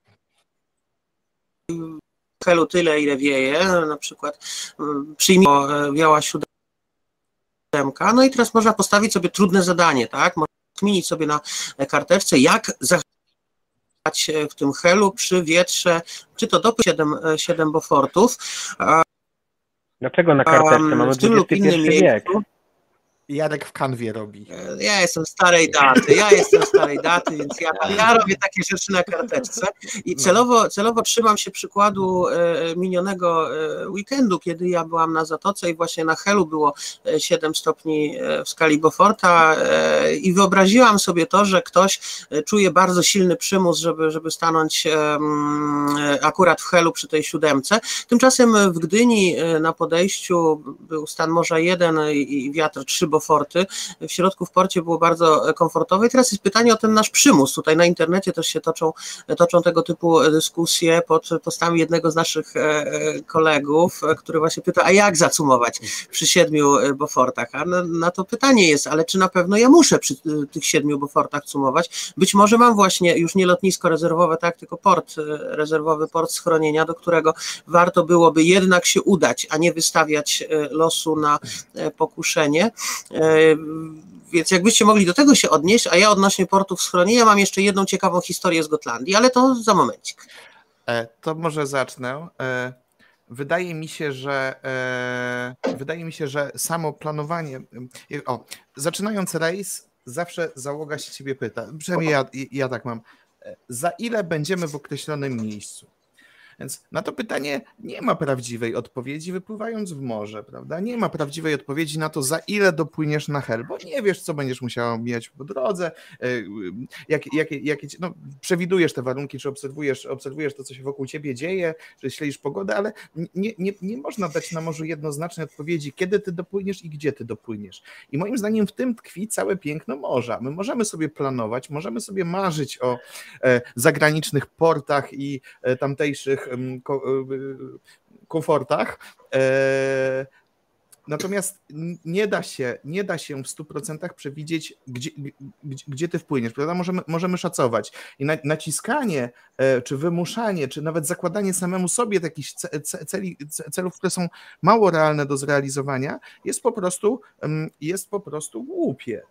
w helu tyle, ile wieje, na przykład przyjmie wiała siódemka, no i teraz można postawić sobie trudne zadanie, tak, można kminić sobie na karteczce, jak zachować w tym helu przy wietrze, czy to do 7 Beaufortów. Dlaczego na karteczce? Mamy XXI wiek. Jarek w kanwie robi. Ja jestem starej daty, więc ja robię takie rzeczy na karteczce i celowo trzymam się przykładu minionego weekendu, kiedy ja byłam na Zatoce i właśnie na helu było 7 stopni w skali Beauforta i wyobraziłam sobie to, że ktoś czuje bardzo silny przymus, żeby stanąć akurat w helu przy tej 7. Tymczasem w Gdyni na podejściu był stan morza 1 i wiatr 3 Beauforty. W środku w porcie było bardzo komfortowo i teraz jest pytanie o ten nasz przymus. Tutaj na internecie też się toczą tego typu dyskusje pod postami jednego z naszych kolegów, który właśnie pyta, a jak zacumować przy 7 Beaufortach? A na to pytanie jest, ale czy na pewno ja muszę przy tych 7 Beaufortach cumować? Być może mam właśnie już nie lotnisko rezerwowe, tak, tylko port rezerwowy, port schronienia, do którego warto byłoby jednak się udać, a nie wystawiać losu na pokuszenie. Więc jakbyście mogli do tego się odnieść, a ja odnośnie portów schronienia mam jeszcze jedną ciekawą historię z Gotlandii, ale to za momencik. To może zacznę. Wydaje mi się, że samo planowanie. Zaczynając rejs, zawsze załoga się ciebie pyta, przynajmniej ja tak mam, za ile będziemy w określonym miejscu. Więc na to pytanie nie ma prawdziwej odpowiedzi, wypływając w morze, prawda? Nie ma prawdziwej odpowiedzi na to, za ile dopłyniesz na Hel, bo nie wiesz, co będziesz musiał mijać po drodze, przewidujesz te warunki, czy obserwujesz to, co się wokół ciebie dzieje, czy śledzisz pogodę, ale nie można dać na morzu jednoznacznej odpowiedzi, kiedy ty dopłyniesz i gdzie ty dopłyniesz. I moim zdaniem w tym tkwi całe piękno morza. My możemy sobie planować, możemy sobie marzyć o zagranicznych portach i tamtejszych komfortach. Natomiast nie da się w 100% przewidzieć, gdzie ty wpłyniesz. Prawda? Możemy szacować. I naciskanie, czy wymuszanie, czy nawet zakładanie samemu sobie takich celów, które są mało realne do zrealizowania, jest po prostu głupie.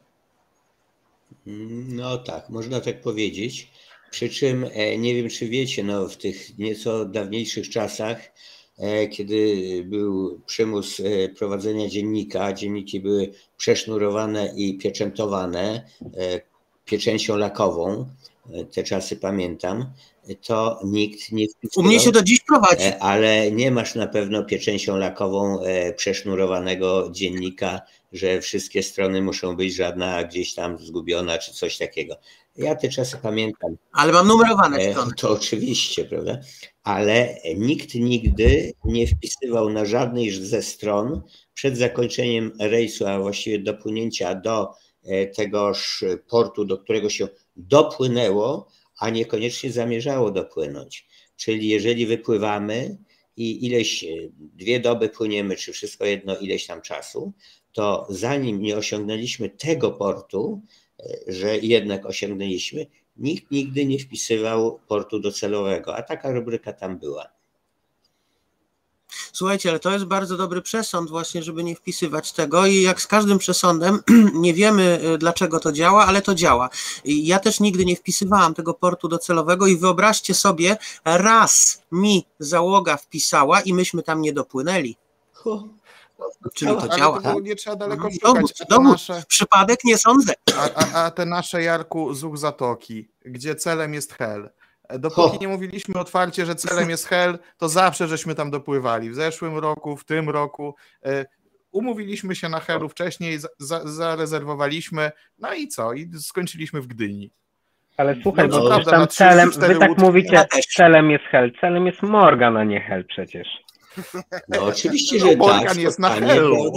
No tak, można tak powiedzieć. Przy czym nie wiem, czy wiecie, w tych nieco dawniejszych czasach, kiedy był przymus prowadzenia dziennika, dzienniki były przesznurowane i pieczętowane pieczęcią lakową, te czasy pamiętam, to nikt nie wpisywał. U mnie się do dziś prowadzi. Ale nie masz na pewno pieczęcią lakową przesznurowanego dziennika, że wszystkie strony muszą być, żadna gdzieś tam zgubiona czy coś takiego. Ja te czasy pamiętam. Ale mam numerowane strony. To oczywiście, prawda? Ale nikt nigdy nie wpisywał na żadnej ze stron przed zakończeniem rejsu, a właściwie dopłynięcia do tegoż portu, do którego się dopłynęło, a niekoniecznie zamierzało dopłynąć. Czyli jeżeli wypływamy i ileś 2 doby płyniemy, czy wszystko jedno ileś tam czasu, to zanim nie osiągnęliśmy tego portu, że jednak osiągnęliśmy, nikt nigdy nie wpisywał portu docelowego, a taka rubryka tam była. Słuchajcie, ale to jest bardzo dobry przesąd właśnie, żeby nie wpisywać tego i jak z każdym przesądem nie wiemy, dlaczego to działa, ale to działa. Ja też nigdy nie wpisywałam tego portu docelowego i wyobraźcie sobie, raz mi załoga wpisała i myśmy tam nie dopłynęli. Czyli to działa. To nie trzeba daleko szukać. Przypadek nie sądzę. A te nasze, Jarku, z Zatoki, gdzie celem jest Hel. Dopóki nie mówiliśmy otwarcie, że celem jest Hel, to zawsze żeśmy tam dopływali. W zeszłym roku, w tym roku. Umówiliśmy się na Helu wcześniej, zarezerwowaliśmy, no i co? I skończyliśmy w Gdyni. Ale słuchaj, bo prawda, tam celem, wy tak mówicie, celem jest Hel. Celem jest Morgan, a nie Hel przecież. No oczywiście, że Morgan tak. Jest na Helu.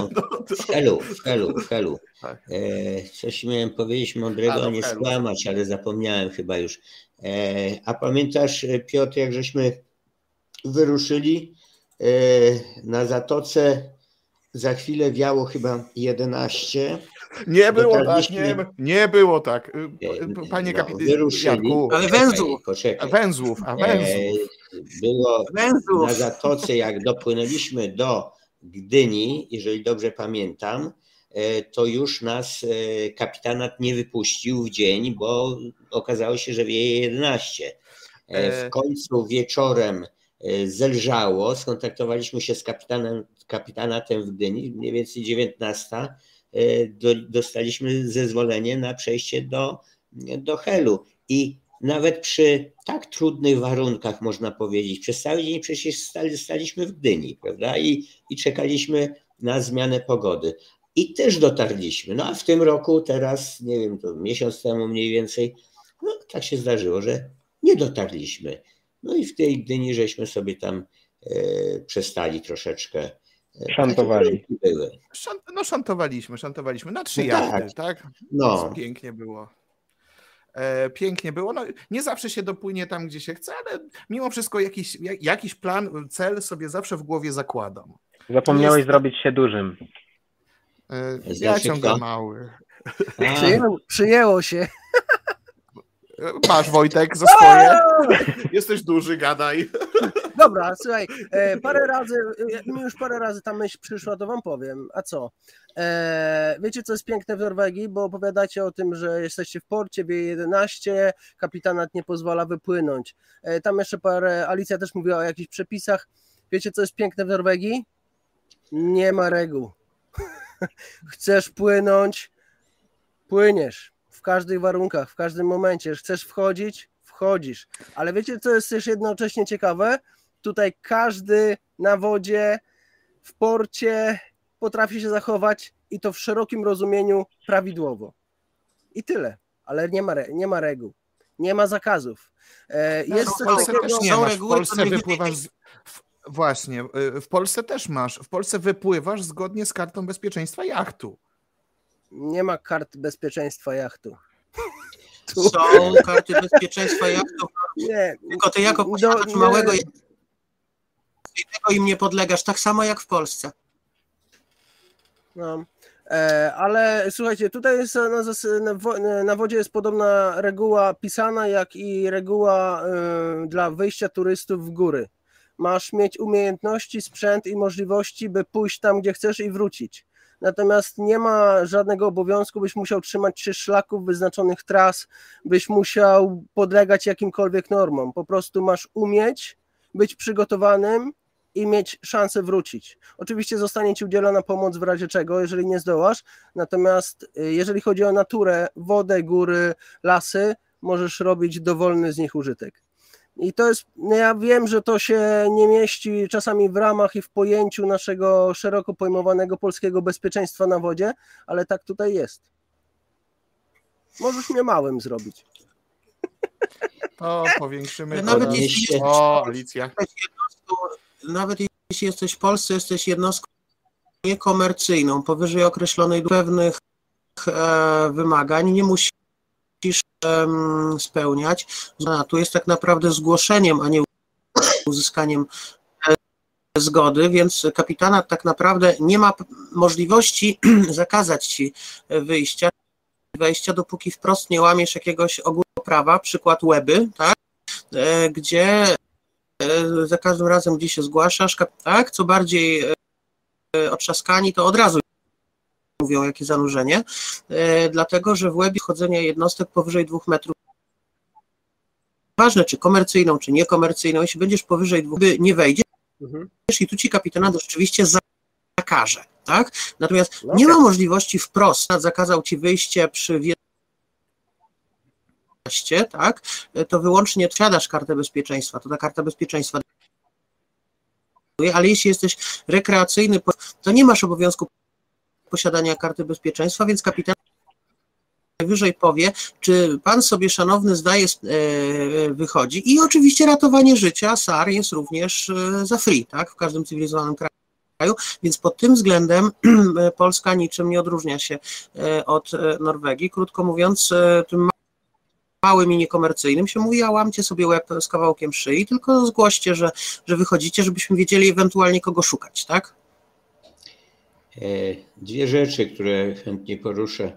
Helu. Coś miałem powiedzieć mądrego, nie skłamać, ale zapomniałem chyba już. A pamiętasz, Piotr, jak żeśmy wyruszyli na Zatoce, za chwilę wiało chyba 11. Nie było tak, nie było tak. Panie kapitanie, ale węzłów. Węzłów. Było na Zatoce, jak dopłynęliśmy do Gdyni, jeżeli dobrze pamiętam, to już nas kapitanat nie wypuścił w dzień, bo okazało się, że wieje 11. W końcu wieczorem zelżało, skontaktowaliśmy się z kapitanatem w Gdyni, mniej więcej 19. Dostaliśmy zezwolenie na przejście do Helu. I nawet przy tak trudnych warunkach, można powiedzieć, przez cały dzień przecież staliśmy w Gdyni, prawda? I czekaliśmy na zmianę pogody. I też dotarliśmy. No a w tym roku teraz, nie wiem, to miesiąc temu mniej więcej, no tak się zdarzyło, że nie dotarliśmy. No i w tej Gdyni żeśmy sobie tam przestali troszeczkę. Szantowali. Szantowaliśmy na 3 jachty, tak? No. Pięknie było. No, nie zawsze się dopłynie tam, gdzie się chce, ale mimo wszystko jakiś plan, cel sobie zawsze w głowie zakładam. Zapomniałeś zrobić się dużym. Ja ciągle mały. Przyjęło się. Masz, Wojtek, za swoje. Jesteś duży, gadaj. Dobra, słuchaj, parę razy ta myśl przyszła, to wam powiem. A co? Wiecie, co jest piękne w Norwegii? Bo opowiadacie o tym, że jesteście w porcie, wieje 11, kapitanat nie pozwala wypłynąć. Tam jeszcze Alicja też mówiła o jakichś przepisach. Wiecie, co jest piękne w Norwegii? Nie ma reguł. Chcesz płynąć, płyniesz. W każdych warunkach, w każdym momencie. Chcesz wchodzić, wchodzisz. Ale wiecie, co jest też jednocześnie ciekawe? Tutaj każdy na wodzie, w porcie potrafi się zachować i to w szerokim rozumieniu prawidłowo. I tyle. Ale nie ma reguł. Nie ma zakazów. Jest w Polsce też nie masz. W Polsce wypływasz... Właśnie, w Polsce też masz. W Polsce wypływasz zgodnie z kartą bezpieczeństwa jachtu. Nie ma kart bezpieczeństwa jachtu. Są karty bezpieczeństwa jachtu. Nie. Tylko ty jako posiadacz małego im nie podlegasz, tak samo jak w Polsce. No. Ale słuchajcie, tutaj jest na wodzie jest podobna reguła pisana, jak i reguła dla wyjścia turystów w góry. Masz mieć umiejętności, sprzęt i możliwości, by pójść tam, gdzie chcesz i wrócić. Natomiast nie ma żadnego obowiązku, byś musiał trzymać się szlaków, wyznaczonych tras, byś musiał podlegać jakimkolwiek normom. Po prostu masz umieć, być przygotowanym i mieć szansę wrócić. Oczywiście zostanie ci udzielona pomoc w razie czego, jeżeli nie zdołasz, natomiast jeżeli chodzi o naturę, wodę, góry, lasy, możesz robić dowolny z nich użytek. I to jest, ja wiem, że to się nie mieści czasami w ramach i w pojęciu naszego szeroko pojmowanego polskiego bezpieczeństwa na wodzie, ale tak tutaj jest. Możesz mnie małym zrobić. To powiększymy. Alicja. Nawet jeśli jesteś w Polsce, jesteś jednostką niekomercyjną, powyżej określonej pewnych wymagań, nie musisz spełniać. Tu jest tak naprawdę zgłoszeniem, a nie uzyskaniem zgody, więc kapitanat tak naprawdę nie ma możliwości zakazać ci wejścia, dopóki wprost nie łamiesz jakiegoś ogólnego prawa, przykład Łeby, tak, gdzie za każdym razem, gdzie się zgłaszasz, tak, co bardziej otrzaskani, to od razu mówią, jakie zanurzenie, dlatego, że w Łebie wchodzenie jednostek powyżej 2 metrów, ważne czy komercyjną, czy niekomercyjną, jeśli będziesz powyżej 2, nie wejdziesz i tu ci kapitanat rzeczywiście zakaże, tak? Natomiast nie ma możliwości wprost, zakazał ci wyjście przy tak? To wyłącznie posiadasz kartę bezpieczeństwa, to ta karta bezpieczeństwa, ale jeśli jesteś rekreacyjny, to nie masz obowiązku posiadania karty bezpieczeństwa, więc kapitan najwyżej powie, czy pan sobie, szanowny, zdaje, wychodzi. I oczywiście ratowanie życia, SAR jest również za free, tak, w każdym cywilizowanym kraju, więc pod tym względem Polska niczym nie odróżnia się od Norwegii. Krótko mówiąc, tym małym i niekomercyjnym się mówi, a łamcie sobie łeb z kawałkiem szyi, tylko zgłoście, że wychodzicie, żebyśmy wiedzieli ewentualnie kogo szukać, tak? Dwie rzeczy, które chętnie poruszę.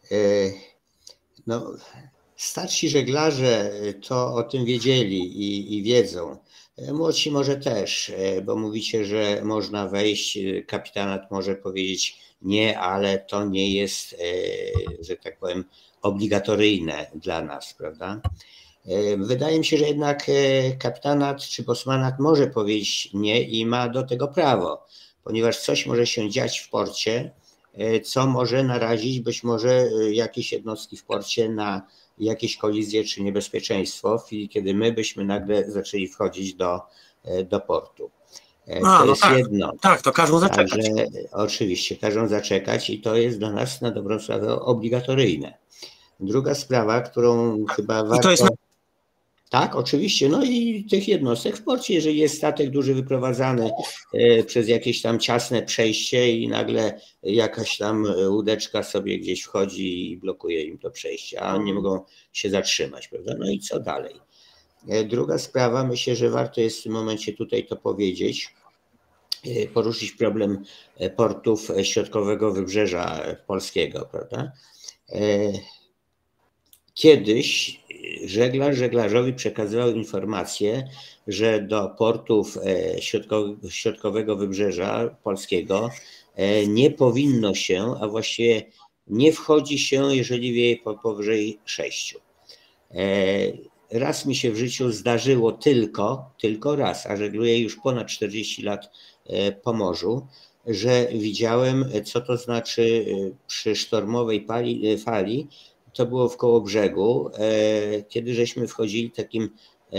No, starsi żeglarze to o tym wiedzieli i wiedzą. Młodsi może też, bo mówicie, że można wejść, kapitanat może powiedzieć nie, ale to nie jest, że tak powiem, obligatoryjne dla nas, prawda? Wydaje mi się, że jednak kapitanat czy bosmanat może powiedzieć nie i ma do tego prawo, ponieważ coś może się dziać w porcie, co może narazić być może jakieś jednostki w porcie na jakieś kolizje czy niebezpieczeństwo w chwili, kiedy my byśmy nagle zaczęli wchodzić do portu. To jest tak, jedno. Tak, to każą zaczekać. Także, oczywiście, każą zaczekać i to jest dla nas na dobrą sprawę obligatoryjne. Druga sprawa, którą chyba warto... to jest... Tak, oczywiście. No i tych jednostek w porcie, jeżeli jest statek duży wyprowadzany przez jakieś tam ciasne przejście i nagle jakaś tam łódeczka sobie gdzieś wchodzi i blokuje im to przejście, a oni nie mogą się zatrzymać, prawda? No i co dalej? Druga sprawa, myślę, że warto jest w tym momencie tutaj to powiedzieć, poruszyć problem portów środkowego wybrzeża polskiego, prawda? kiedyś żeglarzowi przekazywał informację, że do portów środkowego wybrzeża polskiego nie powinno się, a właściwie nie wchodzi się, jeżeli wieje powyżej 6. Raz mi się w życiu zdarzyło tylko raz, a żegluję już ponad 40 lat po morzu, że widziałem, co to znaczy przy sztormowej fali. To było w Kołobrzegu, kiedy żeśmy wchodzili takim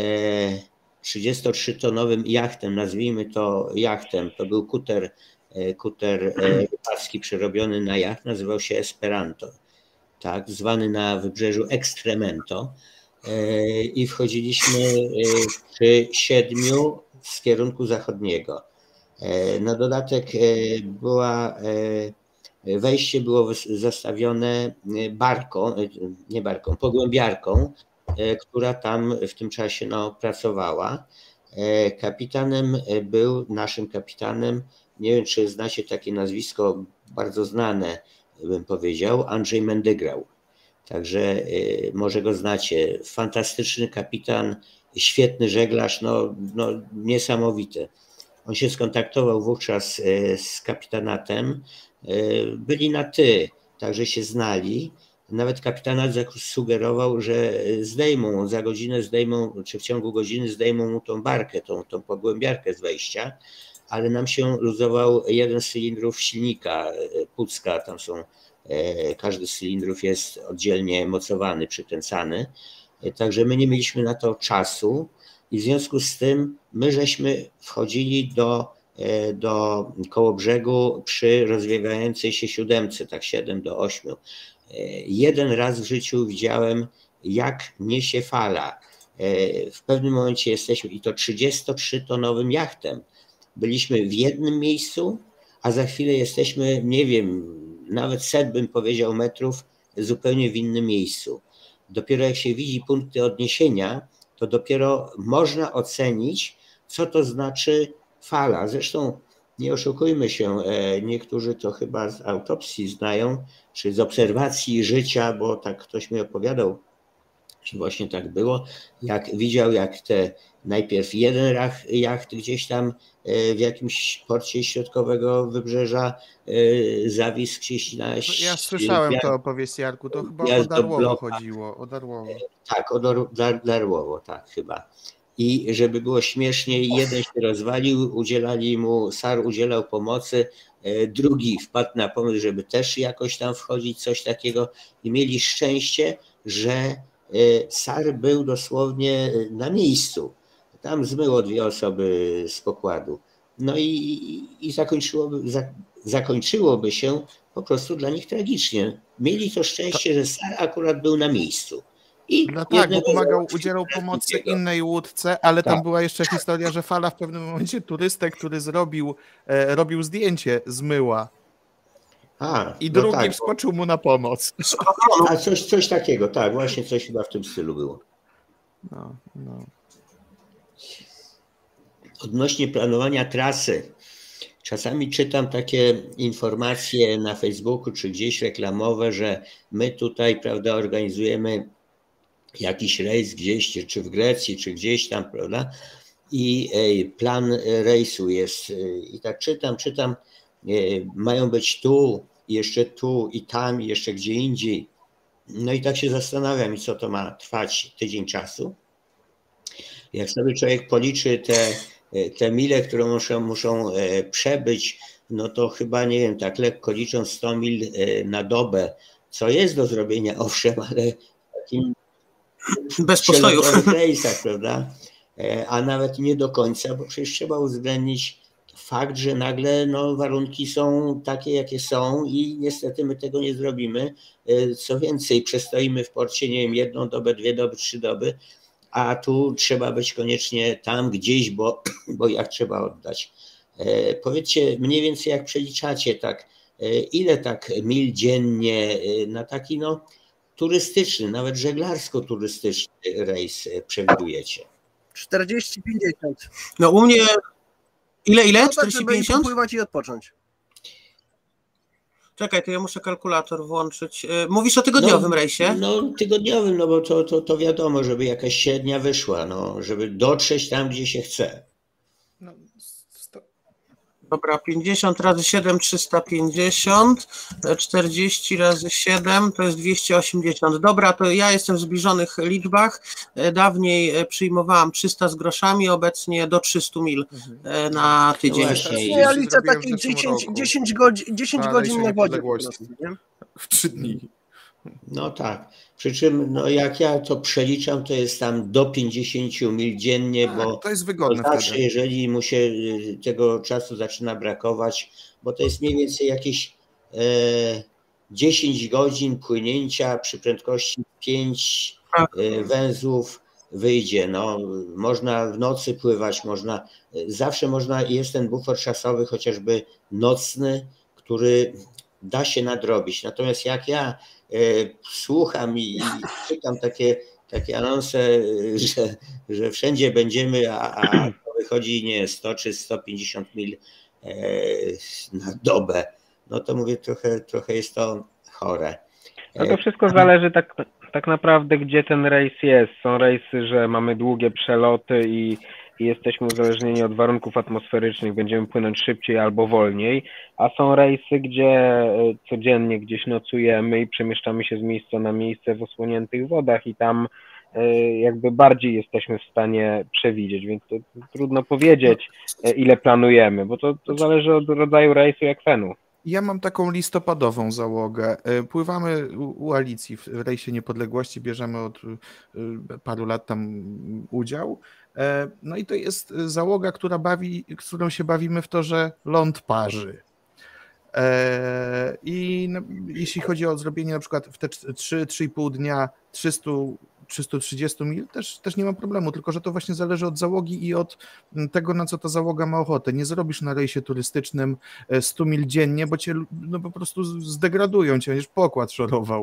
33-tonowym jachtem, nazwijmy to jachtem. To był kuter rybacki przerobiony na jacht, nazywał się Esperanto, tak, zwany na wybrzeżu Extremento. I wchodziliśmy przy 7 z kierunku zachodniego. Na dodatek wejście było zastawione pogłębiarką, która tam w tym czasie pracowała. Naszym kapitanem, nie wiem, czy znacie takie nazwisko bardzo znane, bym powiedział, Andrzej Mendygrał. Także może go znacie. Fantastyczny kapitan, świetny żeglarz, niesamowity. On się skontaktował wówczas z kapitanatem. Byli na ty, także się znali. Nawet kapitanat sugerował, że za godzinę czy w ciągu godziny zdejmą mu tą barkę, tą pogłębiarkę z wejścia, ale nam się luzował jeden z cylindrów silnika Pucka, tam są, każdy z cylindrów jest oddzielnie mocowany, przykręcany, także my nie mieliśmy na to czasu i w związku z tym my żeśmy wchodzili do Kołobrzegu przy rozwiewającej się 7, tak 7 do 8. Jeden raz w życiu widziałem, jak niesie fala. W pewnym momencie jesteśmy, i to 33-tonowym jachtem. Byliśmy w jednym miejscu, a za chwilę jesteśmy, nie wiem, nawet set bym powiedział metrów, zupełnie w innym miejscu. Dopiero jak się widzi punkty odniesienia, to dopiero można ocenić, co to znaczy fala. Zresztą nie oszukujmy się, niektórzy to chyba z autopsji znają, czy z obserwacji życia, bo tak ktoś mi opowiadał, że właśnie tak było, jak widział, jak najpierw jeden jacht gdzieś tam w jakimś porcie środkowego wybrzeża zawisł gdzieś na... Ja słyszałem tę opowieść, Jarku, to chyba o Darłowo chodziło, o Darłowo. Tak, o Darłowo, tak chyba. I żeby było śmieszniej, jeden się rozwalił, SAR udzielał pomocy, drugi wpadł na pomysł, żeby też jakoś tam wchodzić, coś takiego i mieli szczęście, że SAR był dosłownie na miejscu. Tam zmyło 2 osoby z pokładu. No i zakończyłoby się po prostu dla nich tragicznie. Mieli to szczęście, że SAR akurat był na miejscu. No tak, bo udzielał pomocy innej łódce, ale tam była jeszcze historia, że fala w pewnym momencie turystę, który robił zdjęcie, zmyła. I drugi wskoczył mu na pomoc. A coś takiego, tak, właśnie coś chyba w tym stylu było. No. Odnośnie planowania trasy, czasami czytam takie informacje na Facebooku czy gdzieś reklamowe, że my tutaj, prawda, organizujemy jakiś rejs gdzieś, czy w Grecji, czy gdzieś tam, prawda, i plan rejsu jest, i tak czytam, mają być tu, jeszcze tu i tam, i jeszcze gdzie indziej. No i tak się zastanawiam, co to ma trwać tydzień czasu. Jak sobie człowiek policzy te mile, które muszą przebyć, no to chyba, nie wiem, tak lekko licząc 100 mil na dobę, co jest do zrobienia, owszem, ale takim bez postoju rejsach, prawda? A nawet nie do końca, bo przecież trzeba uwzględnić fakt, że nagle warunki są takie, jakie są i niestety my tego nie zrobimy. Co więcej, przestoimy w porcie, nie wiem, 1 dobę, 2 doby, 3 doby, a tu trzeba być koniecznie tam gdzieś, bo jak trzeba oddać. Powiedzcie mniej więcej, jak przeliczacie, tak, ile tak mil dziennie na taki turystyczny, nawet żeglarsko-turystyczny rejs przewidujecie? 40-50. No u mnie ile? No tak, żeby 40-50? popływać i odpocząć. Czekaj, to ja muszę kalkulator włączyć. Mówisz o tygodniowym rejsie? No tygodniowym, no bo to wiadomo, żeby jakaś średnia wyszła, no, żeby dotrzeć tam, gdzie się chce. No, Dobra, 50 razy 7, 350, 40 razy 7 to jest 280. Dobra, to ja jestem w zbliżonych liczbach. Dawniej przyjmowałam 300 z groszami, obecnie do 300 mil na tydzień. Właśnie. Ja liczę takich 10 godzin na wodzie po prostu, nie? W 3 dni. No tak. Przy czym no jak ja to przeliczam, to jest tam do 50 mil dziennie, bo to jest wygodne zawsze, wtedy. jeżeli mu się tego czasu zaczyna brakować, bo to jest mniej więcej jakieś 10 godzin płynięcia przy prędkości 5 węzłów wyjdzie. No, można w nocy pływać, zawsze można, jest ten bufor czasowy, chociażby nocny, który da się nadrobić. Natomiast jak ja słucham i czytam takie anonse, że wszędzie będziemy, a to wychodzi nie 100 czy 150 mil na dobę, no to mówię, trochę jest to chore. No to wszystko zależy tak naprawdę, gdzie ten rejs jest. Są rejsy, że mamy długie przeloty i jesteśmy uzależnieni od warunków atmosferycznych, będziemy płynąć szybciej albo wolniej, a są rejsy, gdzie codziennie gdzieś nocujemy i przemieszczamy się z miejsca na miejsce w osłoniętych wodach i tam jakby bardziej jesteśmy w stanie przewidzieć, więc to trudno powiedzieć, ile planujemy, bo to zależy od rodzaju rejsu jak fenu. Ja mam taką listopadową załogę. Pływamy u Alicji w rejsie Niepodległości, bierzemy od paru lat tam udział. No i to jest załoga, którą się bawimy w to, że ląd parzy. I jeśli chodzi o zrobienie na przykład w te 3,5 dnia 330 mil, też nie ma problemu, tylko że to właśnie zależy od załogi i od tego, na co ta załoga ma ochotę. Nie zrobisz na rejsie turystycznym 100 mil dziennie, bo cię po prostu zdegradują cię, będziesz pokład szorował.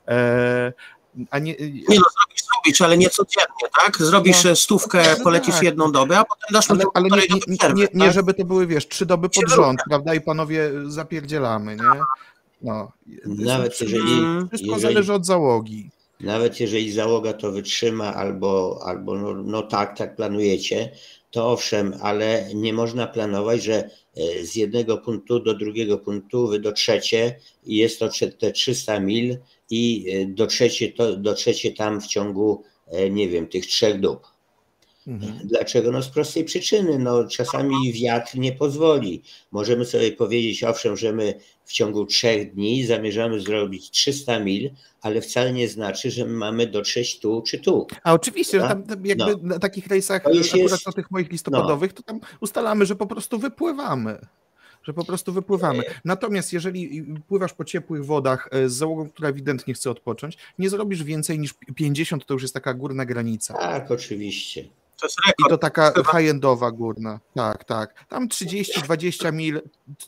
Zrobisz, ale nie codziennie, tak? Zrobisz stówkę, polecisz jedną dobę, a potem dasz mu ale nie, żeby to były, 3 doby pod rząd, prawda? I panowie zapierdzielamy, nie? No. Nawet Wszystko zależy od załogi. Nawet jeżeli załoga to wytrzyma albo no tak planujecie, to owszem, ale nie można planować, że z jednego punktu do drugiego punktu wy dotrzecie i jest to te 300 mil i dotrzecie tam w ciągu, nie wiem, tych 3 dób. Dlaczego? No z prostej przyczyny. No, czasami wiatr nie pozwoli. Możemy sobie powiedzieć, owszem, że my w ciągu 3 dni zamierzamy zrobić 300 mil, ale wcale nie znaczy, że my mamy dotrzeć tu czy tu. A oczywiście, że tam jakby na takich rejsach, akurat na tych moich listopadowych, to tam ustalamy, że po prostu wypływamy. Natomiast jeżeli pływasz po ciepłych wodach z załogą, która ewidentnie chce odpocząć, nie zrobisz więcej niż 50, to już jest taka górna granica. Tak, oczywiście. To jest rekord. I to taka high-endowa górna. Tak. Tam 30-20 mil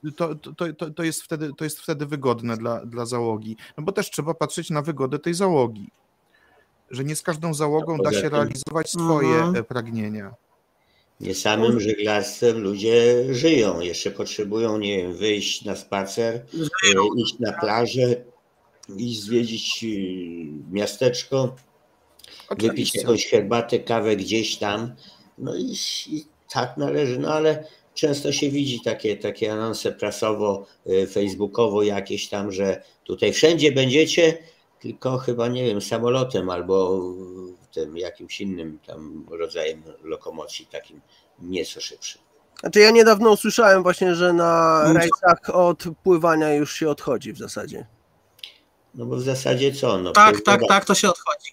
to jest wtedy wygodne dla załogi. No bo też trzeba patrzeć na wygodę tej załogi. Że nie z każdą załogą da się realizować swoje pragnienia. Nie samym żeglarstwem ludzie żyją. Jeszcze potrzebują, nie wiem, wyjść na spacer, iść na plażę, iść zwiedzić miasteczko, wypić jakąś herbatę, kawę gdzieś tam. No i tak należy, no ale często się widzi takie anonse prasowo, facebookowo jakieś tam, że tutaj wszędzie będziecie, tylko chyba, nie wiem, samolotem albo tym jakimś innym tam rodzajem lokomocji, takim nieco szybszym. Znaczy ja niedawno usłyszałem właśnie, że na rejsach od pływania już się odchodzi w zasadzie. No bo w zasadzie co? No, tak, to się odchodzi.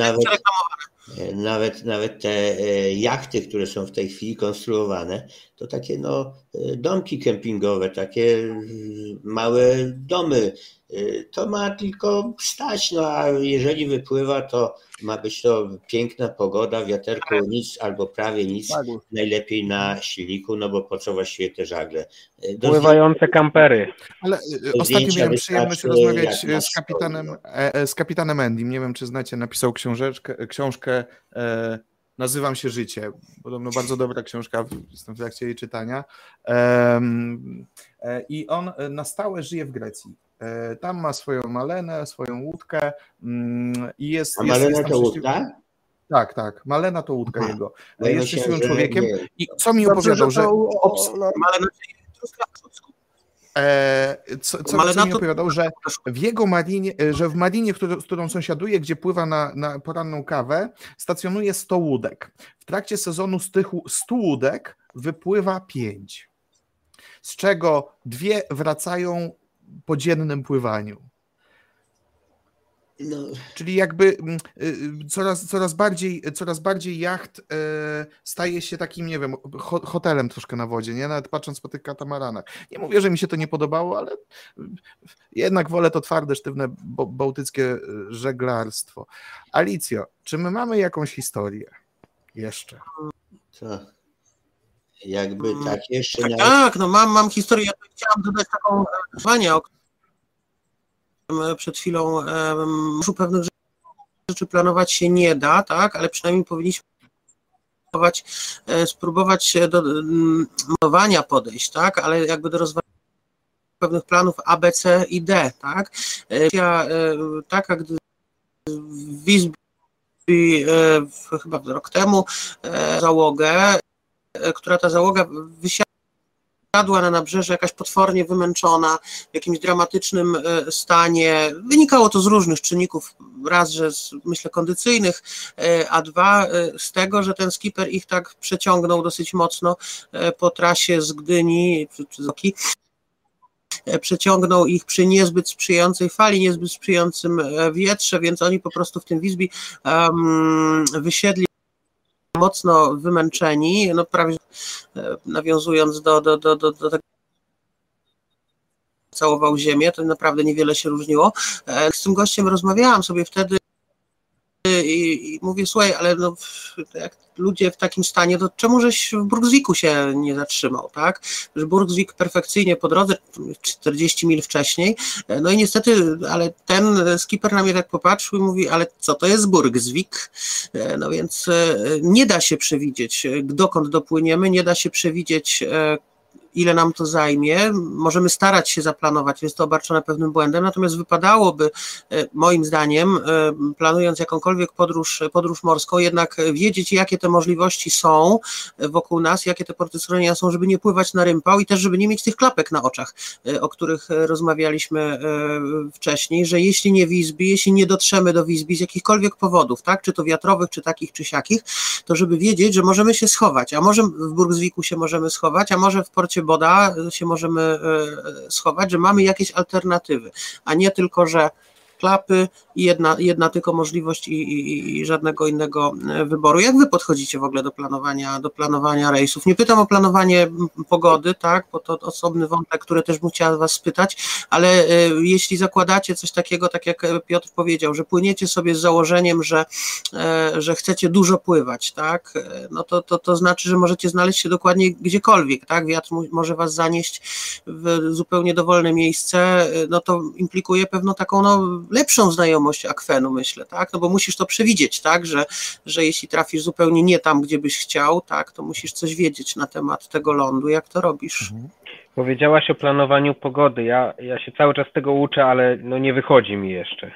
Nawet te jachty, które są w tej chwili konstruowane, to takie domki kempingowe, takie małe domy. To ma tylko stać, a jeżeli wypływa, to ma być to piękna pogoda, wiaterku nic albo prawie nic, najlepiej na silniku, no bo po co właściwie te żagle? Pływające kampery. Ale ostatnio miałem przyjemność rozmawiać z kapitanem Endym, nie wiem czy znacie, napisał książkę Nazywam się Życie. Podobno bardzo dobra książka, jestem w trakcie jej czytania. I on na stałe żyje w Grecji. Tam ma swoją Malenę, swoją łódkę i jest... A Malena jest to łódka? Tak. Malena to łódka jego. Ja Jest szczęśliwym człowiekiem. I co mi opowiadał, że... Malena Co mi opowiadał, że w jego marinie, że w marinie, z którą sąsiaduje, gdzie pływa na poranną kawę, stacjonuje 100 łódek. W trakcie sezonu z tych 100 łódek wypływa 5, z czego 2 wracają po dziennym pływaniu. No. Czyli jakby coraz bardziej jacht staje się takim, nie wiem, hotelem troszkę na wodzie, nie? Nawet patrząc po tych katamaranach. Nie mówię, że mi się to nie podobało, ale jednak wolę to twarde, sztywne bałtyckie żeglarstwo. Alicjo, czy my mamy jakąś historię jeszcze? Co? Jakby tak jeszcze... Tak, no mam historię. Ja chciałam dodać taką wyzwanie, o przed chwilą, pewnych rzeczy planować się nie da, tak, ale przynajmniej powinniśmy spróbować do planowania podejść, tak, ale jakby do rozważania pewnych planów A, B, C i D, tak. Taka, gdy w Wisby chyba rok temu załogę, która ta załoga wysiadła na nabrzeże, jakaś potwornie wymęczona, w jakimś dramatycznym stanie. Wynikało to z różnych czynników, raz, że myślę kondycyjnych, a dwa z tego, że ten skipper ich tak przeciągnął dosyć mocno po trasie z Gdyni, czy Oki, przeciągnął ich przy niezbyt sprzyjającej fali, niezbyt sprzyjającym wietrze, więc oni po prostu w tym Wisby wysiedli mocno wymęczeni, no prawie nawiązując do tego, całował ziemię, to naprawdę niewiele się różniło. Z tym gościem rozmawiałam sobie wtedy i mówię, słuchaj, ale no, jak ludzie w takim stanie, to czemu żeś w Brunswicku się nie zatrzymał, tak? Że Brunswick perfekcyjnie po drodze, 40 mil wcześniej, no i niestety, ale ten skipper na mnie tak popatrzył i mówi, ale co to jest Brunswick? No więc nie da się przewidzieć, dokąd dopłyniemy, nie da się przewidzieć, ile nam to zajmie. Możemy starać się zaplanować, jest to obarczone pewnym błędem, natomiast wypadałoby, moim zdaniem, planując jakąkolwiek podróż morską, jednak wiedzieć, jakie te możliwości są wokół nas, jakie te porty schronienia są, żeby nie pływać na rympał i też, żeby nie mieć tych klapek na oczach, o których rozmawialiśmy wcześniej, że jeśli nie Wisby, jeśli nie dotrzemy do Wisby z jakichkolwiek powodów, tak, czy to wiatrowych, czy takich, czy siakich, to żeby wiedzieć, że możemy się schować, a może w Brunswicku się możemy schować, a może w porcie Boda się możemy schować, że mamy jakieś alternatywy, a nie tylko, że klapy i jedna tylko możliwość i żadnego innego wyboru. Jak wy podchodzicie w ogóle do planowania rejsów? Nie pytam o planowanie pogody, tak, bo to osobny wątek, który też bym chciała was spytać, ale jeśli zakładacie coś takiego, tak jak Piotr powiedział, że płyniecie sobie z założeniem, że chcecie dużo pływać, tak, no to znaczy, że możecie znaleźć się dokładnie gdziekolwiek, tak, wiatr może was zanieść w zupełnie dowolne miejsce, no to implikuje pewną taką, no, lepszą znajomość akwenu, myślę, tak, no bo musisz to przewidzieć, tak, że jeśli trafisz zupełnie nie tam, gdzie byś chciał, tak, to musisz coś wiedzieć na temat tego lądu, jak to robisz. Powiedziałaś o planowaniu pogody, ja się cały czas tego uczę, ale no nie wychodzi mi jeszcze.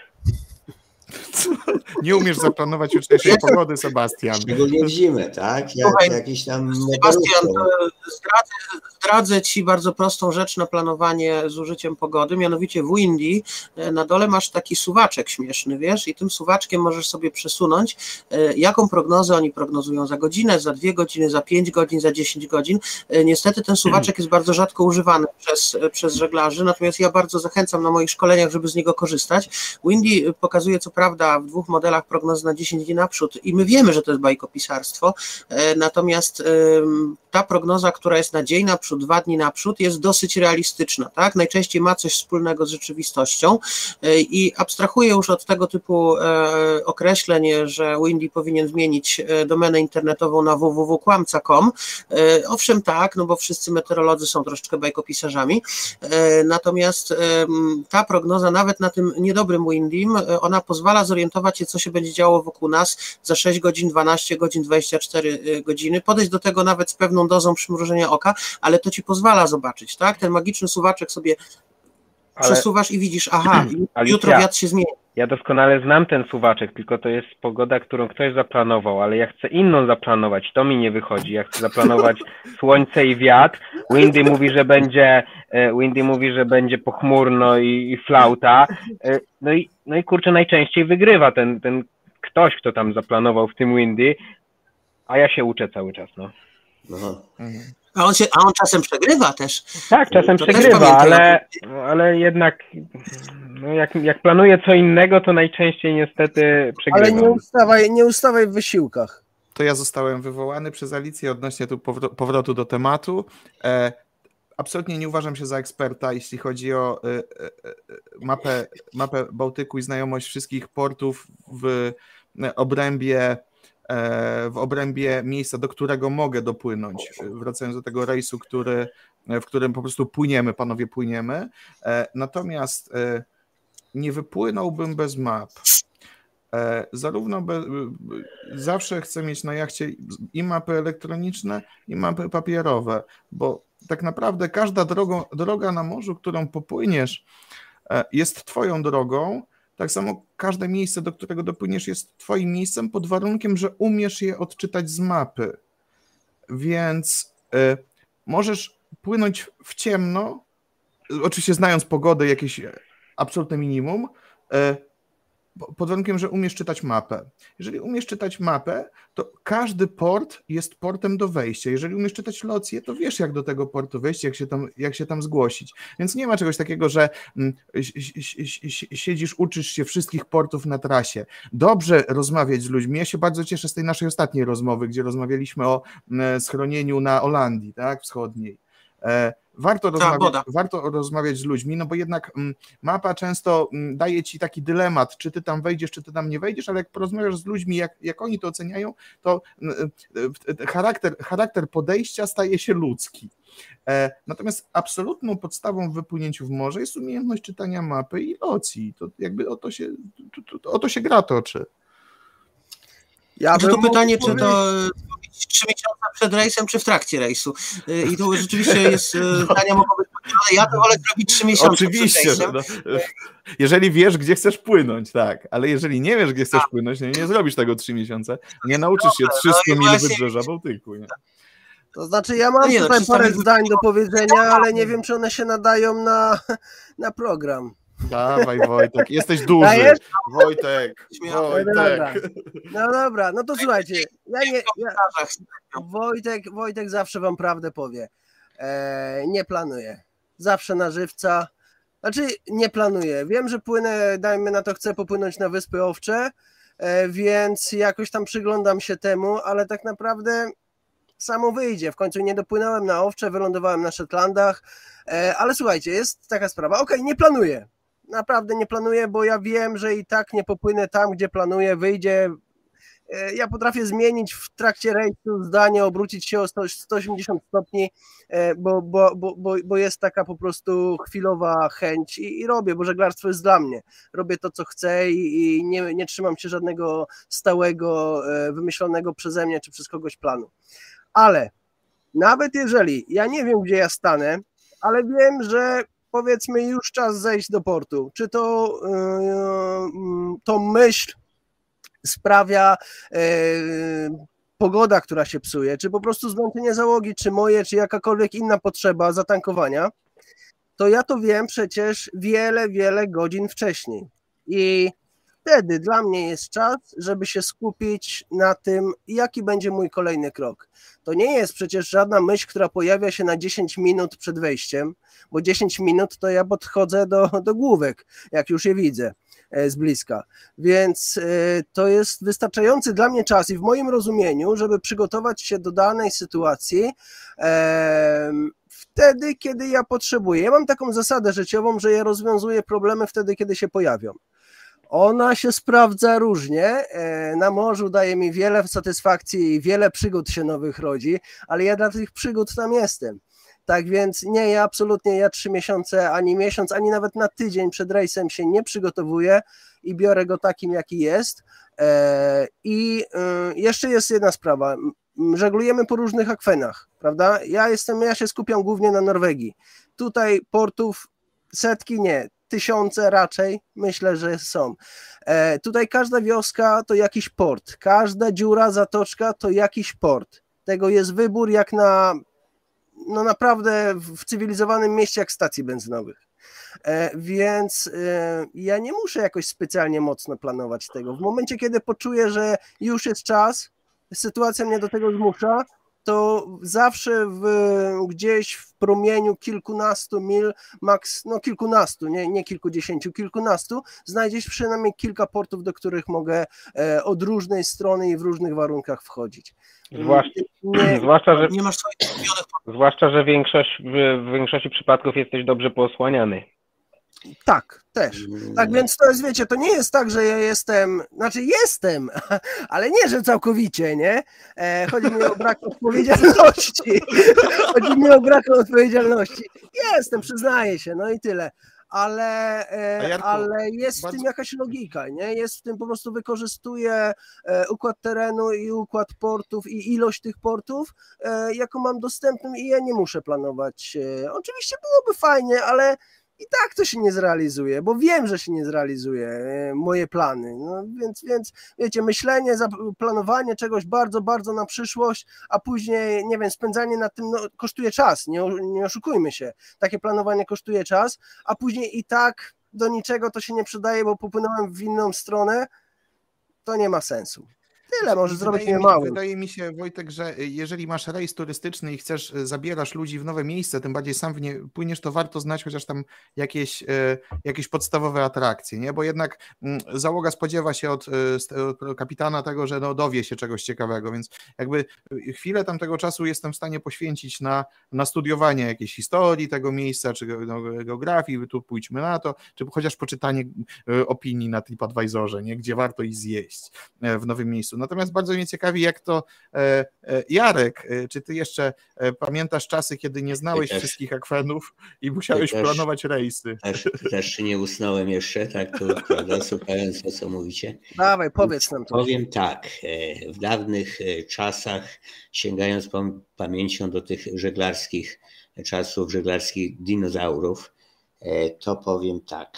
Nie umiesz zaplanować jutrzejszej pogody, Sebastian. Szczególnie w zimę, tak? Jakiś tam... Sebastian, zdradzę ci bardzo prostą rzecz na planowanie z użyciem pogody, mianowicie w Windy na dole masz taki suwaczek śmieszny, wiesz, i tym suwaczkiem możesz sobie przesunąć, jaką prognozę oni prognozują za godzinę, za 2 godziny, za 5 godzin, za 10 godzin. Niestety ten suwaczek jest bardzo rzadko używany przez żeglarzy, natomiast ja bardzo zachęcam na moich szkoleniach, żeby z niego korzystać. Windy pokazuje co prawda w 2 modelach prognozy na 10 dni naprzód i my wiemy, że to jest bajkopisarstwo, natomiast ta prognoza, która jest na dzień naprzód, 2 dni naprzód, jest dosyć realistyczna, tak? Najczęściej ma coś wspólnego z rzeczywistością i abstrahuję już od tego typu określeń, że Windy powinien zmienić domenę internetową na www.kłamca.com. Owszem tak, no bo wszyscy meteorolodzy są troszeczkę bajkopisarzami, natomiast ta prognoza nawet na tym niedobrym Windym, ona pozwala zorientować się, co się będzie działo wokół nas za 6 godzin, 12 godzin, 24 godziny, podejść do tego nawet z pewną dozą przymrużenia oka, ale to ci pozwala zobaczyć, tak? Ten magiczny suwaczek sobie przesuwasz i widzisz, aha, jutro wiatr się zmieni. Ja doskonale znam ten suwaczek, tylko to jest pogoda, którą ktoś zaplanował, ale ja chcę inną zaplanować, to mi nie wychodzi. Ja chcę zaplanować słońce i wiatr. Windy mówi, że będzie pochmurno i flauta. No i kurczę, najczęściej wygrywa ten ktoś, kto tam zaplanował w tym Windy, a ja się uczę cały czas, no. A on czasem przegrywa też. Tak, czasem to przegrywa, ale jednak no jak planuje co innego, to najczęściej niestety przegrywa. Ale nie ustawaj w wysiłkach. To ja zostałem wywołany przez Alicję odnośnie tu powrotu do tematu. Absolutnie nie uważam się za eksperta, jeśli chodzi o mapę Bałtyku i znajomość wszystkich portów w obrębie miejsca, do którego mogę dopłynąć, wracając do tego rejsu, w którym po prostu panowie płyniemy. Natomiast nie wypłynąłbym bez map. Zawsze chcę mieć na jachcie i mapy elektroniczne, i mapy papierowe, bo tak naprawdę każda droga na morzu, którą popłyniesz, jest twoją drogą. Tak samo każde miejsce, do którego dopłyniesz, jest twoim miejscem pod warunkiem, że umiesz je odczytać z mapy. Więc możesz płynąć w ciemno, oczywiście znając pogodę, jakieś absolutne minimum, pod warunkiem, że umiesz czytać mapę. Jeżeli umiesz czytać mapę, to każdy port jest portem do wejścia. Jeżeli umiesz czytać locję, to wiesz, jak do tego portu wejść, jak się tam zgłosić. Więc nie ma czegoś takiego, że siedzisz, uczysz się wszystkich portów na trasie. Dobrze rozmawiać z ludźmi. Ja się bardzo cieszę z tej naszej ostatniej rozmowy, gdzie rozmawialiśmy o schronieniu na Holandii, tak, wschodniej. Warto rozmawiać z ludźmi, no bo jednak mapa często daje ci taki dylemat, czy ty tam wejdziesz, czy ty tam nie wejdziesz, ale jak porozmawiasz z ludźmi, jak oni to oceniają, to charakter podejścia staje się ludzki. Natomiast absolutną podstawą w wypłynięciu w morze jest umiejętność czytania mapy i locji. To jakby o to się gra toczy. To pytanie, czy to 3 miesiące przed rejsem, czy w trakcie rejsu? I to rzeczywiście jest pytania mogą być podzielone. Ja to wolę zrobić 3 miesiące oczywiście, przed rejsem. Jeżeli wiesz, gdzie chcesz płynąć, tak, ale jeżeli nie wiesz, gdzie chcesz płynąć, no nie zrobisz tego 3 miesiące, nie nauczysz się 300 mil wybrzeża Bałtyku. Nie? To znaczy ja mam tutaj parę zdań do powiedzenia, ale nie wiem, czy one się nadają na program. Dawaj, Wojtek, jesteś duży. Wojtek. No dobra, no to słuchajcie, Wojtek zawsze wam prawdę powie. Nie planuję. Zawsze na żywca. Znaczy nie planuję. Wiem, że płynę, dajmy na to, chcę popłynąć na Wyspy Owcze, więc jakoś tam przyglądam się temu, ale tak naprawdę samo wyjdzie. W końcu nie dopłynąłem na Owcze, wylądowałem na Szetlandach, ale słuchajcie, jest taka sprawa. Okej, nie planuję. Naprawdę nie planuję, bo ja wiem, że i tak nie popłynę tam, gdzie planuję, wyjdzie. Ja potrafię zmienić w trakcie rejsu zdanie, obrócić się o 180 stopni, bo jest taka po prostu chwilowa chęć i robię, bo żeglarstwo jest dla mnie. Robię to, co chcę i nie trzymam się żadnego stałego, wymyślonego przeze mnie czy przez kogoś planu. Ale nawet jeżeli ja nie wiem, gdzie ja stanę, ale wiem, że powiedzmy już czas zejść do portu, czy to myśl sprawia pogoda, która się psuje, czy po prostu zmęczenie załogi, czy moje, czy jakakolwiek inna potrzeba zatankowania, to ja to wiem przecież wiele godzin wcześniej. I wtedy dla mnie jest czas, żeby się skupić na tym, jaki będzie mój kolejny krok. To nie jest przecież żadna myśl, która pojawia się na 10 minut przed wejściem, bo 10 minut to ja podchodzę do główek, jak już je widzę z bliska. Więc to jest wystarczający dla mnie czas i w moim rozumieniu, żeby przygotować się do danej sytuacji wtedy, kiedy ja potrzebuję. Ja mam taką zasadę życiową, że ja rozwiązuję problemy wtedy, kiedy się pojawią. Ona się sprawdza różnie, na morzu daje mi wiele satysfakcji i wiele przygód się nowych rodzi, ale ja dla tych przygód tam jestem. Tak więc nie, ja absolutnie 3 miesiące, ani miesiąc, ani nawet na tydzień przed rejsem się nie przygotowuję i biorę go takim, jaki jest. I jeszcze jest jedna sprawa. Żeglujemy po różnych akwenach, prawda? Ja się skupiam głównie na Norwegii. Tutaj portów setki nie, tysiące raczej, myślę, że są. Tutaj każda wioska to jakiś port, każda dziura, zatoczka to jakiś port. Tego jest wybór jak na, no naprawdę w cywilizowanym mieście jak stacji benzynowych. Więc ja nie muszę jakoś specjalnie mocno planować tego. W momencie, kiedy poczuję, że już jest czas, sytuacja mnie do tego zmusza, to zawsze gdzieś w promieniu kilkunastu mil, no kilkunastu, nie kilkudziesięciu, kilkunastu, znajdziesz przynajmniej kilka portów, do których mogę od różnej strony i w różnych warunkach wchodzić. Zwłaszcza, że w większości przypadków jesteś dobrze poosłaniany. Tak, też. Tak więc to jest, wiecie, to nie jest tak, że ja jestem, ale nie, że całkowicie, nie? Chodzi mi o brak odpowiedzialności. Jestem, przyznaję się, no i tyle. Ale jest w tym jakaś logika, nie? Jest w tym, po prostu wykorzystuję układ terenu i układ portów i ilość tych portów, jaką mam dostępną i ja nie muszę planować. Oczywiście byłoby fajnie, ale i tak to się nie zrealizuje, bo wiem, że się nie zrealizuje moje plany. No więc wiecie, myślenie, planowanie czegoś bardzo, bardzo na przyszłość, a później, nie wiem, spędzanie na tym kosztuje czas, nie oszukujmy się. Takie planowanie kosztuje czas, a później i tak do niczego to się nie przydaje, bo popłynąłem w inną stronę, to nie ma sensu. Tyle, może zrobić mnie mało. Wydaje mi się, Wojtek, że jeżeli masz rejs turystyczny i zabierasz ludzi w nowe miejsce, tym bardziej sam w nie płyniesz, to warto znać chociaż tam jakieś podstawowe atrakcje, nie? Bo jednak załoga spodziewa się od kapitana tego, że dowie się czegoś ciekawego, więc jakby chwilę tam tego czasu jestem w stanie poświęcić na studiowanie jakiejś historii tego miejsca, czy geografii, tu pójdźmy na to, czy chociaż poczytanie opinii na TripAdvisorze, nie? Gdzie warto iść zjeść w nowym miejscu. Natomiast bardzo mnie ciekawi, jak to Jarek, czy ty jeszcze pamiętasz czasy, kiedy nie znałeś wszystkich akwenów i musiałeś planować rejsy? Też nie usnąłem jeszcze, tak, to prawda, słuchając to, co mówicie. Dawaj, powiedz nam to. Powiem tak, w dawnych czasach, sięgając pamięcią do tych żeglarskich czasów, żeglarskich dinozaurów, to powiem tak,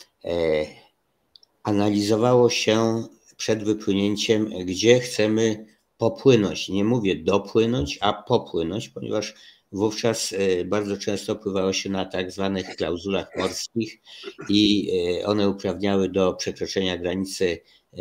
analizowało się przed wypłynięciem, gdzie chcemy popłynąć. Nie mówię dopłynąć, a popłynąć, ponieważ wówczas bardzo często pływało się na tak zwanych klauzulach morskich i one uprawniały do przekroczenia granicy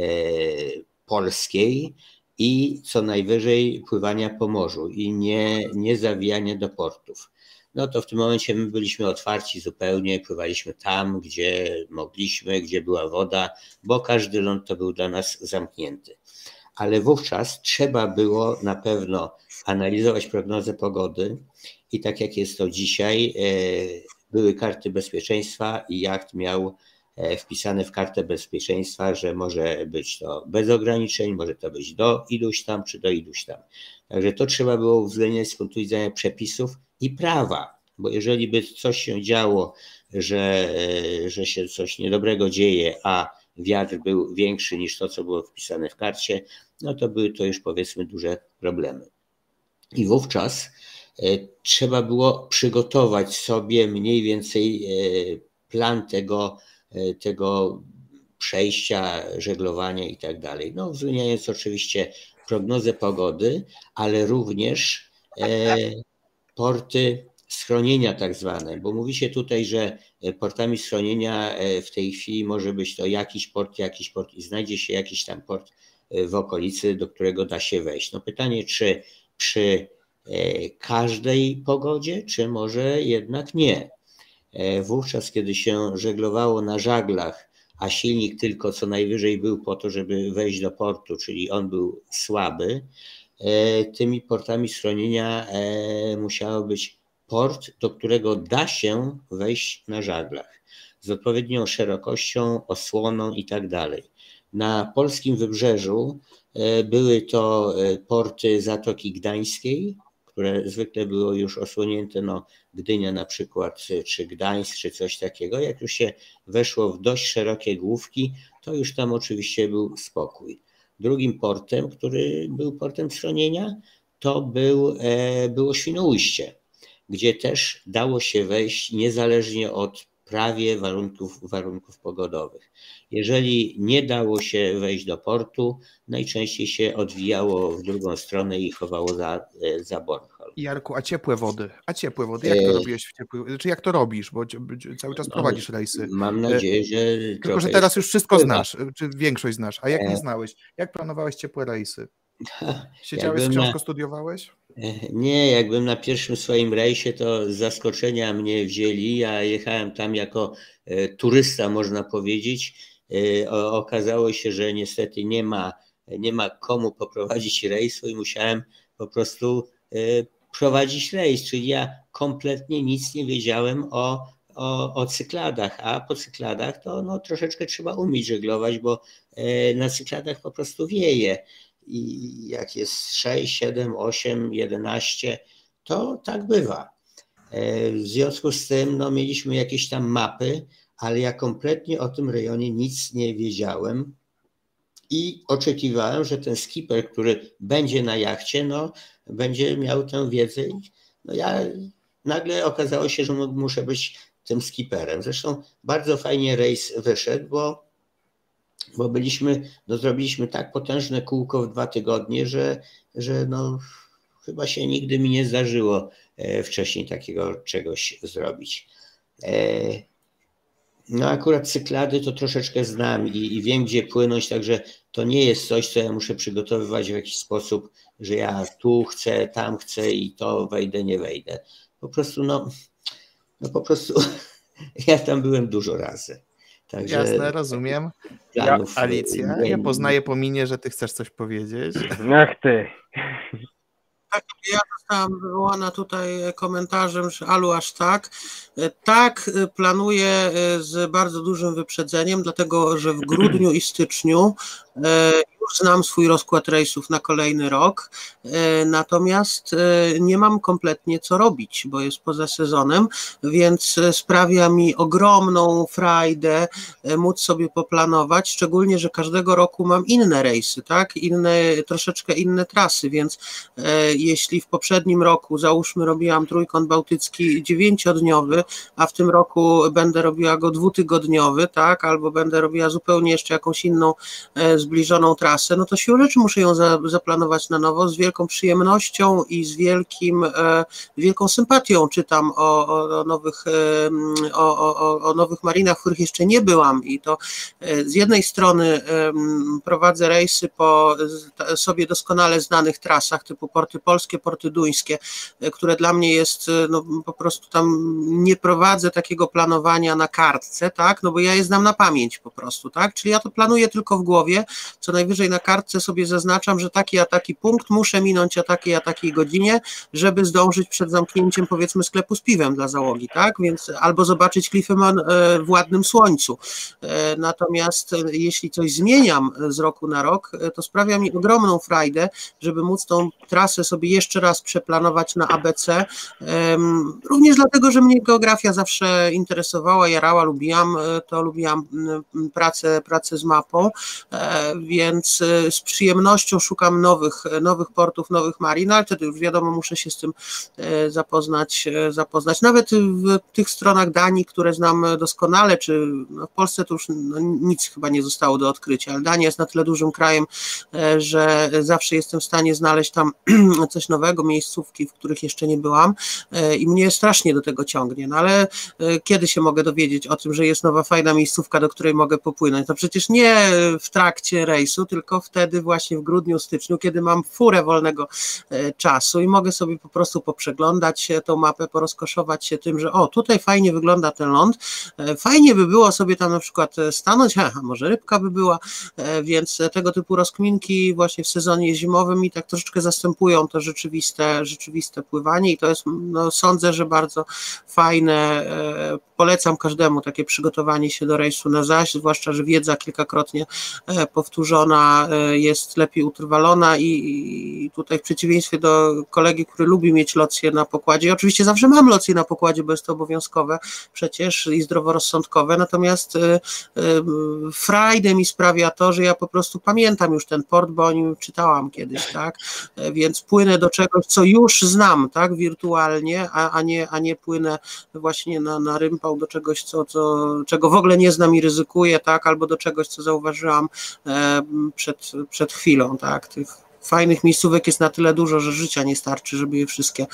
polskiej i co najwyżej pływania po morzu i nie zawijania do portów. No to w tym momencie my byliśmy otwarci zupełnie, pływaliśmy tam, gdzie mogliśmy, gdzie była woda, bo każdy ląd to był dla nas zamknięty. Ale wówczas trzeba było na pewno analizować prognozę pogody i tak jak jest to dzisiaj, były karty bezpieczeństwa i jacht miał wpisane w kartę bezpieczeństwa, że może być to bez ograniczeń, może to być do iluś tam, czy do iluś tam. Także to trzeba było uwzględniać z punktu widzenia przepisów i prawa, bo jeżeli by coś się działo, że się coś niedobrego dzieje, a wiatr był większy niż to, co było wpisane w karcie, no to były to już powiedzmy duże problemy. I wówczas trzeba było przygotować sobie mniej więcej plan tego przejścia, żeglowania i tak dalej. No uwzględniając oczywiście prognozę pogody, ale również porty schronienia tak zwane, bo mówi się tutaj, że portami schronienia w tej chwili może być to jakiś port i znajdzie się jakiś tam port w okolicy, do którego da się wejść. No pytanie, czy przy każdej pogodzie, czy może jednak nie. Wówczas, kiedy się żeglowało na żaglach, a silnik tylko co najwyżej był po to, żeby wejść do portu, czyli on był słaby, tymi portami schronienia musiało być port, do którego da się wejść na żaglach z odpowiednią szerokością, osłoną i tak dalej. Na polskim wybrzeżu były to porty Zatoki Gdańskiej, które zwykle były już osłonięte, no Gdynia na przykład, czy Gdańsk, czy coś takiego. Jak już się weszło w dość szerokie główki, to już tam oczywiście był spokój. Drugim portem, który był portem schronienia, to było Świnoujście, gdzie też dało się wejść niezależnie od prawie warunków pogodowych. Jeżeli nie dało się wejść do portu, najczęściej się odwijało w drugą stronę i chowało za Bornholm. Jarku, a ciepłe wody? Jak to robiłeś w ciepłych? Znaczy jak to robisz? Bo cały czas prowadzisz rejsy. Mam nadzieję, że... Tylko, że teraz już wszystko znasz, czy większość znasz. A jak nie znałeś? Jak planowałeś ciepłe rejsy? Siedziałeś z książką, studiowałeś? Nie, jakbym na pierwszym swoim rejsie, to z zaskoczenia mnie wzięli. Ja jechałem tam jako turysta, można powiedzieć. Okazało się, że niestety nie ma komu poprowadzić rejsu i musiałem po prostu prowadzić rejs, czyli ja kompletnie nic nie wiedziałem o cykladach, a po cykladach to no, troszeczkę trzeba umieć żeglować, bo na cykladach po prostu wieje. I jak jest 6, 7, 8, 11, to tak bywa. W związku z tym no, mieliśmy jakieś tam mapy, ale ja kompletnie o tym rejonie nic nie wiedziałem i oczekiwałem, że ten skipper, który będzie na jachcie, no, będzie miał tę wiedzę. No, nagle okazało się, że muszę być tym skipperem. Zresztą bardzo fajnie rejs wyszedł, bo zrobiliśmy tak potężne kółko w 2 tygodnie, że no, chyba się nigdy mi nie zdarzyło wcześniej takiego czegoś zrobić. No akurat cyklady to troszeczkę znam i wiem, gdzie płynąć, także to nie jest coś, co ja muszę przygotowywać w jakiś sposób, że ja tu chcę, tam chcę i to wejdę, nie wejdę. Po prostu ja tam byłem dużo razy. Także jasne, rozumiem. Alicja, ja poznaję po minie, że ty chcesz coś powiedzieć. Ach ty. Ja zostałam wywołana tutaj komentarzem, że Alu aż tak. Tak, planuję z bardzo dużym wyprzedzeniem, dlatego że w grudniu i styczniu już znam swój rozkład rejsów na kolejny rok, natomiast nie mam kompletnie co robić, bo jest poza sezonem, więc sprawia mi ogromną frajdę móc sobie poplanować, szczególnie, że każdego roku mam inne rejsy, tak? Troszeczkę inne trasy, więc jeśli w poprzednim roku, załóżmy, robiłam Trójkąt Bałtycki 9-dniowy, a w tym roku będę robiła go 2-tygodniowy, tak? Albo będę robiła zupełnie jeszcze jakąś inną zbliżoną trasę, no to siłą rzeczy muszę ją zaplanować na nowo, z wielką przyjemnością i z wielką sympatią czytam o nowych marinach, w których jeszcze nie byłam i to z jednej strony prowadzę rejsy po sobie doskonale znanych trasach typu porty polskie, porty duńskie, które dla mnie jest, no po prostu tam nie prowadzę takiego planowania na kartce, tak, no bo ja je znam na pamięć po prostu, tak, czyli ja to planuję tylko w głowie, co najwyżej na kartce sobie zaznaczam, że taki a taki punkt muszę minąć o takiej a takiej godzinie, żeby zdążyć przed zamknięciem powiedzmy sklepu z piwem dla załogi, tak, więc albo zobaczyć Clifeman w ładnym słońcu. Natomiast jeśli coś zmieniam z roku na rok, to sprawia mi ogromną frajdę, żeby móc tą trasę sobie jeszcze raz przeplanować na ABC, również dlatego, że mnie geografia zawsze interesowała, jarała, lubiłam pracę z mapą, więc z przyjemnością szukam nowych portów, nowych marin, ale wtedy już wiadomo, muszę się z tym zapoznać. Nawet w tych stronach Danii, które znam doskonale, czy w Polsce to już nic chyba nie zostało do odkrycia, ale Dania jest na tyle dużym krajem, że zawsze jestem w stanie znaleźć tam coś nowego, miejscówki, w których jeszcze nie byłam i mnie strasznie do tego ciągnie, no ale kiedy się mogę dowiedzieć o tym, że jest nowa fajna miejscówka, do której mogę popłynąć? To przecież nie w trakcie rejsu, tylko wtedy właśnie w grudniu, styczniu, kiedy mam furę wolnego czasu i mogę sobie po prostu poprzeglądać tą mapę, porozkoszować się tym, że o, tutaj fajnie wygląda ten ląd, fajnie by było sobie tam na przykład stanąć, a może rybka by była, więc tego typu rozkminki właśnie w sezonie zimowym i tak troszeczkę zastępują to rzeczywiste pływanie i to jest, no, sądzę, że bardzo fajne. Polecam każdemu takie przygotowanie się do rejsu na zaś, zwłaszcza, że wiedza kilkakrotnie powtórzona jest lepiej utrwalona i tutaj w przeciwieństwie do kolegi, który lubi mieć locję na pokładzie, i oczywiście zawsze mam locję na pokładzie, bo jest to obowiązkowe przecież i zdroworozsądkowe, natomiast frajdę mi sprawia to, że ja po prostu pamiętam już ten port, bo o nim czytałam kiedyś, tak, więc płynę do czegoś, co już znam, tak, wirtualnie, a nie płynę właśnie na rympa przyczepał do czegoś, czego w ogóle nie znam i ryzykuję, tak, albo do czegoś, co zauważyłam przed chwilą, tak, tych fajnych miejscówek jest na tyle dużo, że życia nie starczy, żeby je wszystkie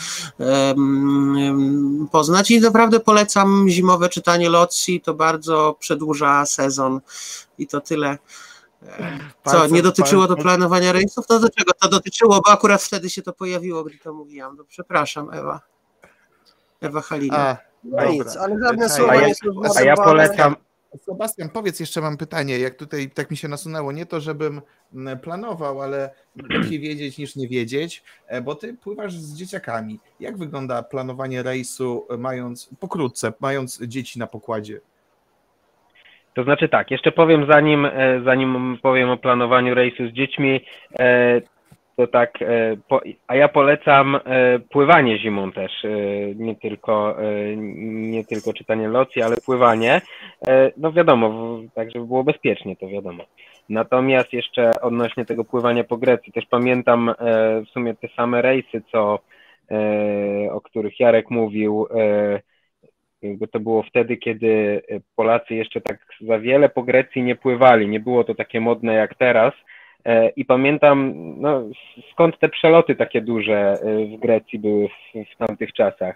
poznać i naprawdę polecam zimowe czytanie Lotsi, to bardzo przedłuża sezon i to tyle. Co, nie dotyczyło to planowania rejsów? To do czego to dotyczyło? Bo akurat wtedy się to pojawiło, gdy to mówiłam. No, przepraszam, Ewa Halina. No nic, ale żadne słowa nie są A ja polecam. Sebastian, powiedz, jeszcze mam pytanie, jak tutaj tak mi się nasunęło, nie to, żebym planował, ale lepiej wiedzieć niż nie wiedzieć, bo ty pływasz z dzieciakami. Jak wygląda planowanie rejsu, pokrótce, mając dzieci na pokładzie? To znaczy tak, jeszcze powiem, zanim powiem o planowaniu rejsu z dziećmi, to tak, a ja polecam pływanie zimą też, nie tylko czytanie locji, ale pływanie, no wiadomo, tak żeby było bezpiecznie, to wiadomo. Natomiast jeszcze odnośnie tego pływania po Grecji, też pamiętam w sumie te same rejsy, o których Jarek mówił, bo to było wtedy, kiedy Polacy jeszcze tak za wiele po Grecji nie pływali, nie było to takie modne jak teraz. I pamiętam, no, skąd te przeloty takie duże w Grecji były w tamtych czasach.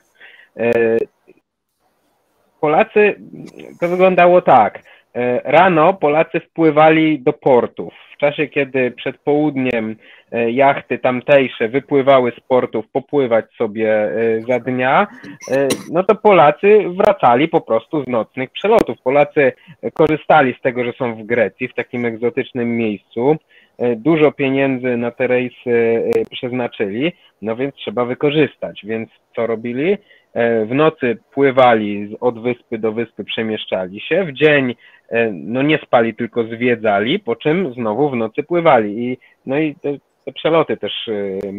Polacy, to wyglądało tak. Rano Polacy wpływali do portów. W czasie, kiedy przed południem jachty tamtejsze wypływały z portów popływać sobie za dnia, no to Polacy wracali po prostu z nocnych przelotów. Polacy korzystali z tego, że są w Grecji, w takim egzotycznym miejscu. Dużo pieniędzy na te rejsy przeznaczyli, no więc trzeba wykorzystać. Więc co robili? W nocy pływali od wyspy do wyspy, przemieszczali się. W dzień no nie spali, tylko zwiedzali, po czym znowu w nocy pływali. No i te przeloty też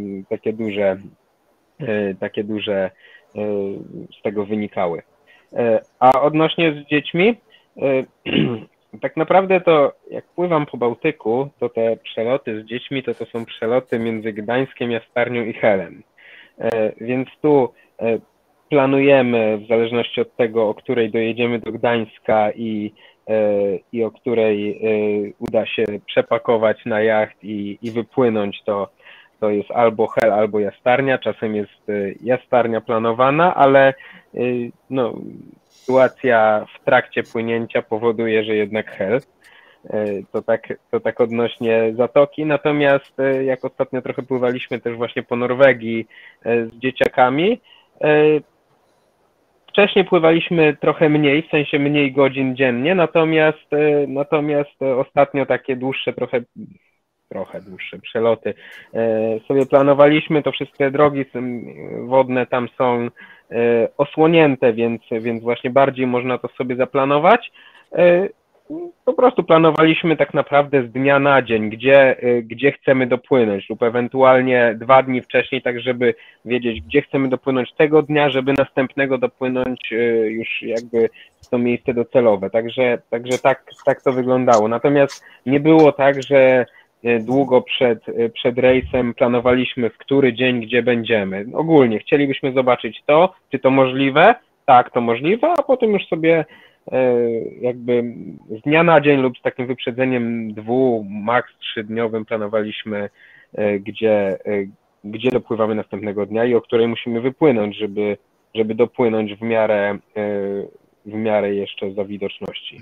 takie duże z tego wynikały. A odnośnie z dziećmi, tak naprawdę to jak pływam po Bałtyku, to te przeloty z dziećmi to są przeloty między Gdańskiem, Jastarnią i Helem. Więc tu planujemy w zależności od tego, o której dojedziemy do Gdańska i o której uda się przepakować na jacht i wypłynąć, to jest albo Hel, albo Jastarnia. Czasem jest Jastarnia planowana, ale no, sytuacja w trakcie płynięcia powoduje, że jednak Hel. To tak odnośnie zatoki. Natomiast jak ostatnio trochę pływaliśmy też właśnie po Norwegii z dzieciakami, wcześniej pływaliśmy trochę mniej, w sensie mniej godzin dziennie, natomiast ostatnio takie dłuższe, trochę dłuższe przeloty sobie planowaliśmy. To wszystkie drogi wodne tam są osłonięte, więc właśnie bardziej można to sobie zaplanować. Po prostu planowaliśmy tak naprawdę z dnia na dzień, gdzie chcemy dopłynąć lub ewentualnie 2 dni wcześniej, tak żeby wiedzieć, gdzie chcemy dopłynąć tego dnia, żeby następnego dopłynąć już jakby w to miejsce docelowe. Także tak to wyglądało. Natomiast nie było tak, że długo przed rejsem planowaliśmy, w który dzień, gdzie będziemy. Ogólnie chcielibyśmy zobaczyć to, czy to możliwe, tak, to możliwe, a potem już sobie jakby z dnia na dzień lub z takim wyprzedzeniem 2, maks 3-dniowym planowaliśmy, gdzie dopływamy następnego dnia i o której musimy wypłynąć, żeby dopłynąć w miarę jeszcze za widoczności.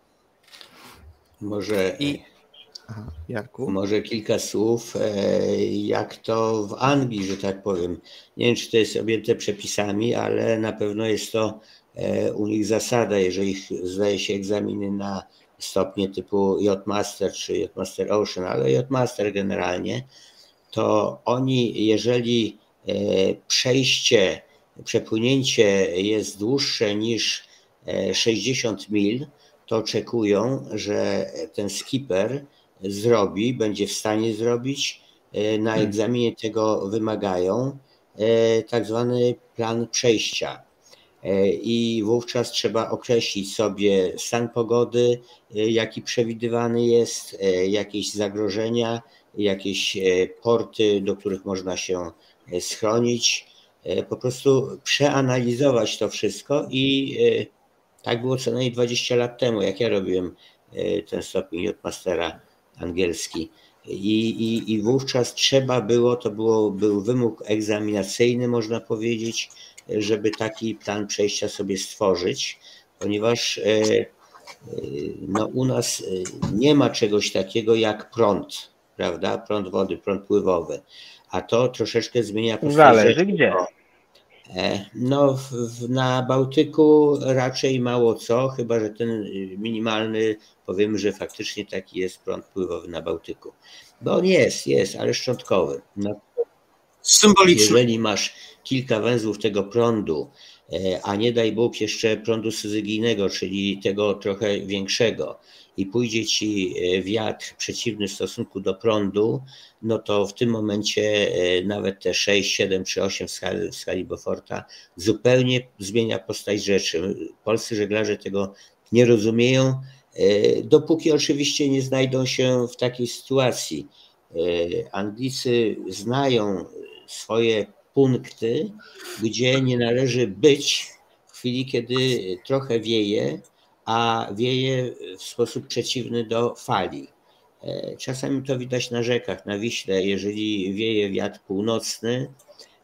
Może kilka słów, jak to w Anglii, że tak powiem. Nie wiem, czy to jest objęte przepisami, ale na pewno jest to u nich zasada, jeżeli zdaje się egzaminy na stopnie typu Yachtmaster czy Yachtmaster Ocean, ale Yachtmaster generalnie, to oni, jeżeli przepłynięcie jest dłuższe niż 60 mil, to oczekują, że ten skipper będzie w stanie zrobić, na egzaminie tego wymagają, tak zwany plan przejścia. I wówczas trzeba określić sobie stan pogody, jaki przewidywany jest, jakieś zagrożenia, jakieś porty, do których można się schronić. Po prostu przeanalizować to wszystko i Tak było co najmniej 20 lat temu, jak ja robiłem ten stopień Jodmastera angielski. I wówczas trzeba było, był wymóg egzaminacyjny, można powiedzieć, żeby taki plan przejścia sobie stworzyć, ponieważ no, u nas nie ma czegoś takiego jak prąd, prawda? Prąd wody, prąd pływowy, a to troszeczkę zmienia postać. Zależy gdzie. No, na Bałtyku raczej mało co, chyba że ten minimalny, powiemy, że faktycznie taki jest prąd pływowy na Bałtyku. Bo on jest, ale szczątkowy. No, symboliczny. Jeżeli masz kilka węzłów tego prądu, a nie daj Bóg jeszcze prądu syzygyjnego, czyli tego trochę większego, i pójdzie ci wiatr przeciwny w stosunku do prądu, no to w tym momencie nawet te 6, 7 czy 8 w skali Beauforta zupełnie zmienia postać rzeczy. Polscy żeglarze tego nie rozumieją, dopóki oczywiście nie znajdą się w takiej sytuacji. Anglicy znają swoje punkty, gdzie nie należy być w chwili, kiedy trochę wieje, a wieje w sposób przeciwny do fali. Czasami to widać na rzekach, na Wiśle. Jeżeli wieje wiatr północny,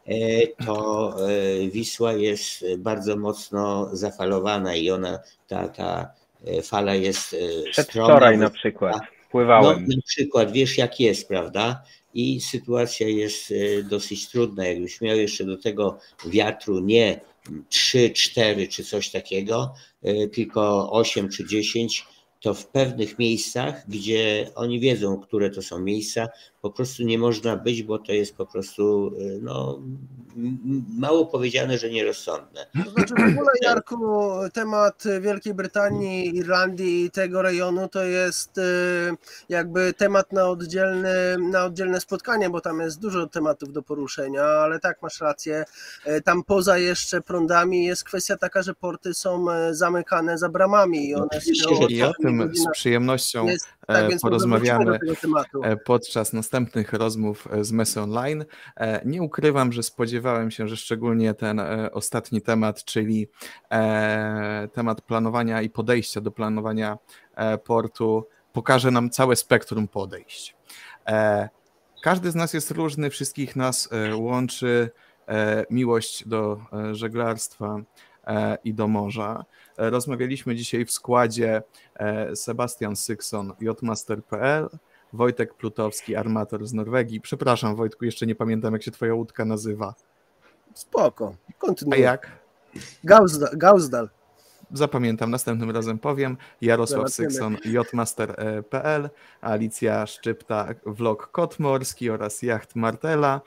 to Wisła jest bardzo mocno zafalowana i ta fala jest Przedwczoraj na przykład pływałem. No, na przykład, wiesz jak jest, prawda? I sytuacja jest dosyć trudna. Jakbyś miał jeszcze do tego wiatru nie 3, 4 czy coś takiego, tylko 8 czy 10, to w pewnych miejscach, gdzie oni wiedzą, które to są miejsca, po prostu nie można być, bo to jest po prostu no, mało powiedziane, że nierozsądne. To znaczy w ogóle, Jarku, temat Wielkiej Brytanii, Irlandii i tego rejonu to jest jakby temat na oddzielne spotkanie, bo tam jest dużo tematów do poruszenia, ale tak, masz rację, tam poza jeszcze prądami jest kwestia taka, że porty są zamykane za bramami i one I o tym z przyjemnością porozmawiamy podczas następnych rozmów z Mesy Online. Nie ukrywam, że spodziewałem się, że szczególnie ten ostatni temat, czyli temat planowania i podejścia do planowania portu, pokaże nam całe spektrum podejść. Każdy z nas jest różny, wszystkich nas łączy miłość do żeglarstwa i do morza. Rozmawialiśmy dzisiaj w składzie Sebastian Sykson, Jotmaster.pl, Wojtek Plutowski, armator z Norwegii. Przepraszam, Wojtku, jeszcze nie pamiętam, jak się twoja łódka nazywa. Spoko, kontynuuj. A jak? Gauzdal. Zapamiętam, następnym razem powiem. Jarosław Sykson, Jotmaster.pl, Alicja Szczypta, vlog Kot Morski oraz Jacht Martela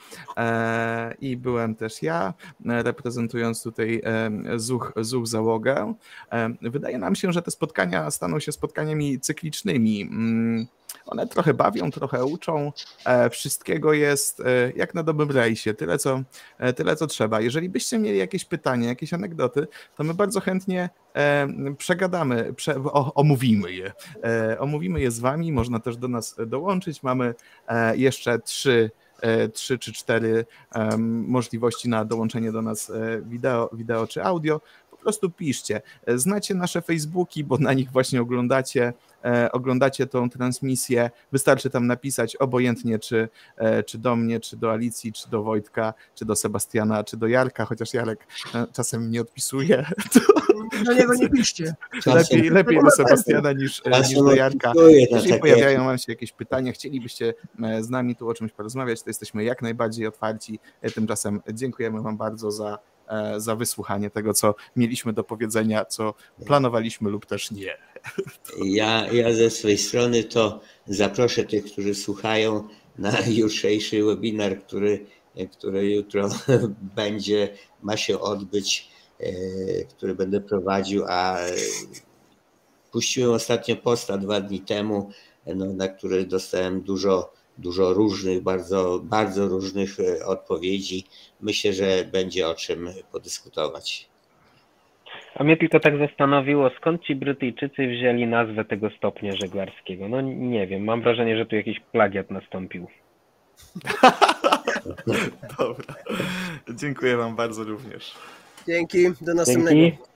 i byłem też ja, reprezentując tutaj ZUCH Załogę. Wydaje nam się, że te spotkania staną się spotkaniami cyklicznymi. One trochę bawią, trochę uczą, wszystkiego jest jak na dobrym rejsie, tyle co trzeba. Jeżeli byście mieli jakieś pytania, jakieś anegdoty, to my bardzo chętnie przegadamy, omówimy je z wami, można też do nas dołączyć, mamy jeszcze 3 czy 4 możliwości na dołączenie do nas wideo czy audio. Po prostu piszcie. Znacie nasze Facebooki, bo na nich właśnie oglądacie tą transmisję. Wystarczy tam napisać obojętnie, czy do mnie, czy do Alicji, czy do Wojtka, czy do Sebastiana, czy do Jarka, chociaż Jarek czasem nie odpisuje. Do niego nie piszcie. Lepiej do Sebastiana niż do Jarka. Jeżeli pojawiają wam się jakieś pytania, chcielibyście z nami tu o czymś porozmawiać, to jesteśmy jak najbardziej otwarci. Tymczasem dziękujemy wam bardzo za wysłuchanie tego, co mieliśmy do powiedzenia, co planowaliśmy lub też nie. Ja ze swojej strony to zaproszę tych, którzy słuchają, na jutrzejszy webinar, który jutro ma się odbyć, który będę prowadził, a puściłem ostatnio posta 2 dni temu, na który dostałem dużo różnych, bardzo różnych odpowiedzi. Myślę, że będzie o czym podyskutować. A mnie tylko tak zastanowiło, skąd ci Brytyjczycy wzięli nazwę tego stopnia żeglarskiego? No nie wiem, mam wrażenie, że tu jakiś plagiat nastąpił. Dobra. Dziękuję wam bardzo również. Dzięki, do następnego. Dzięki.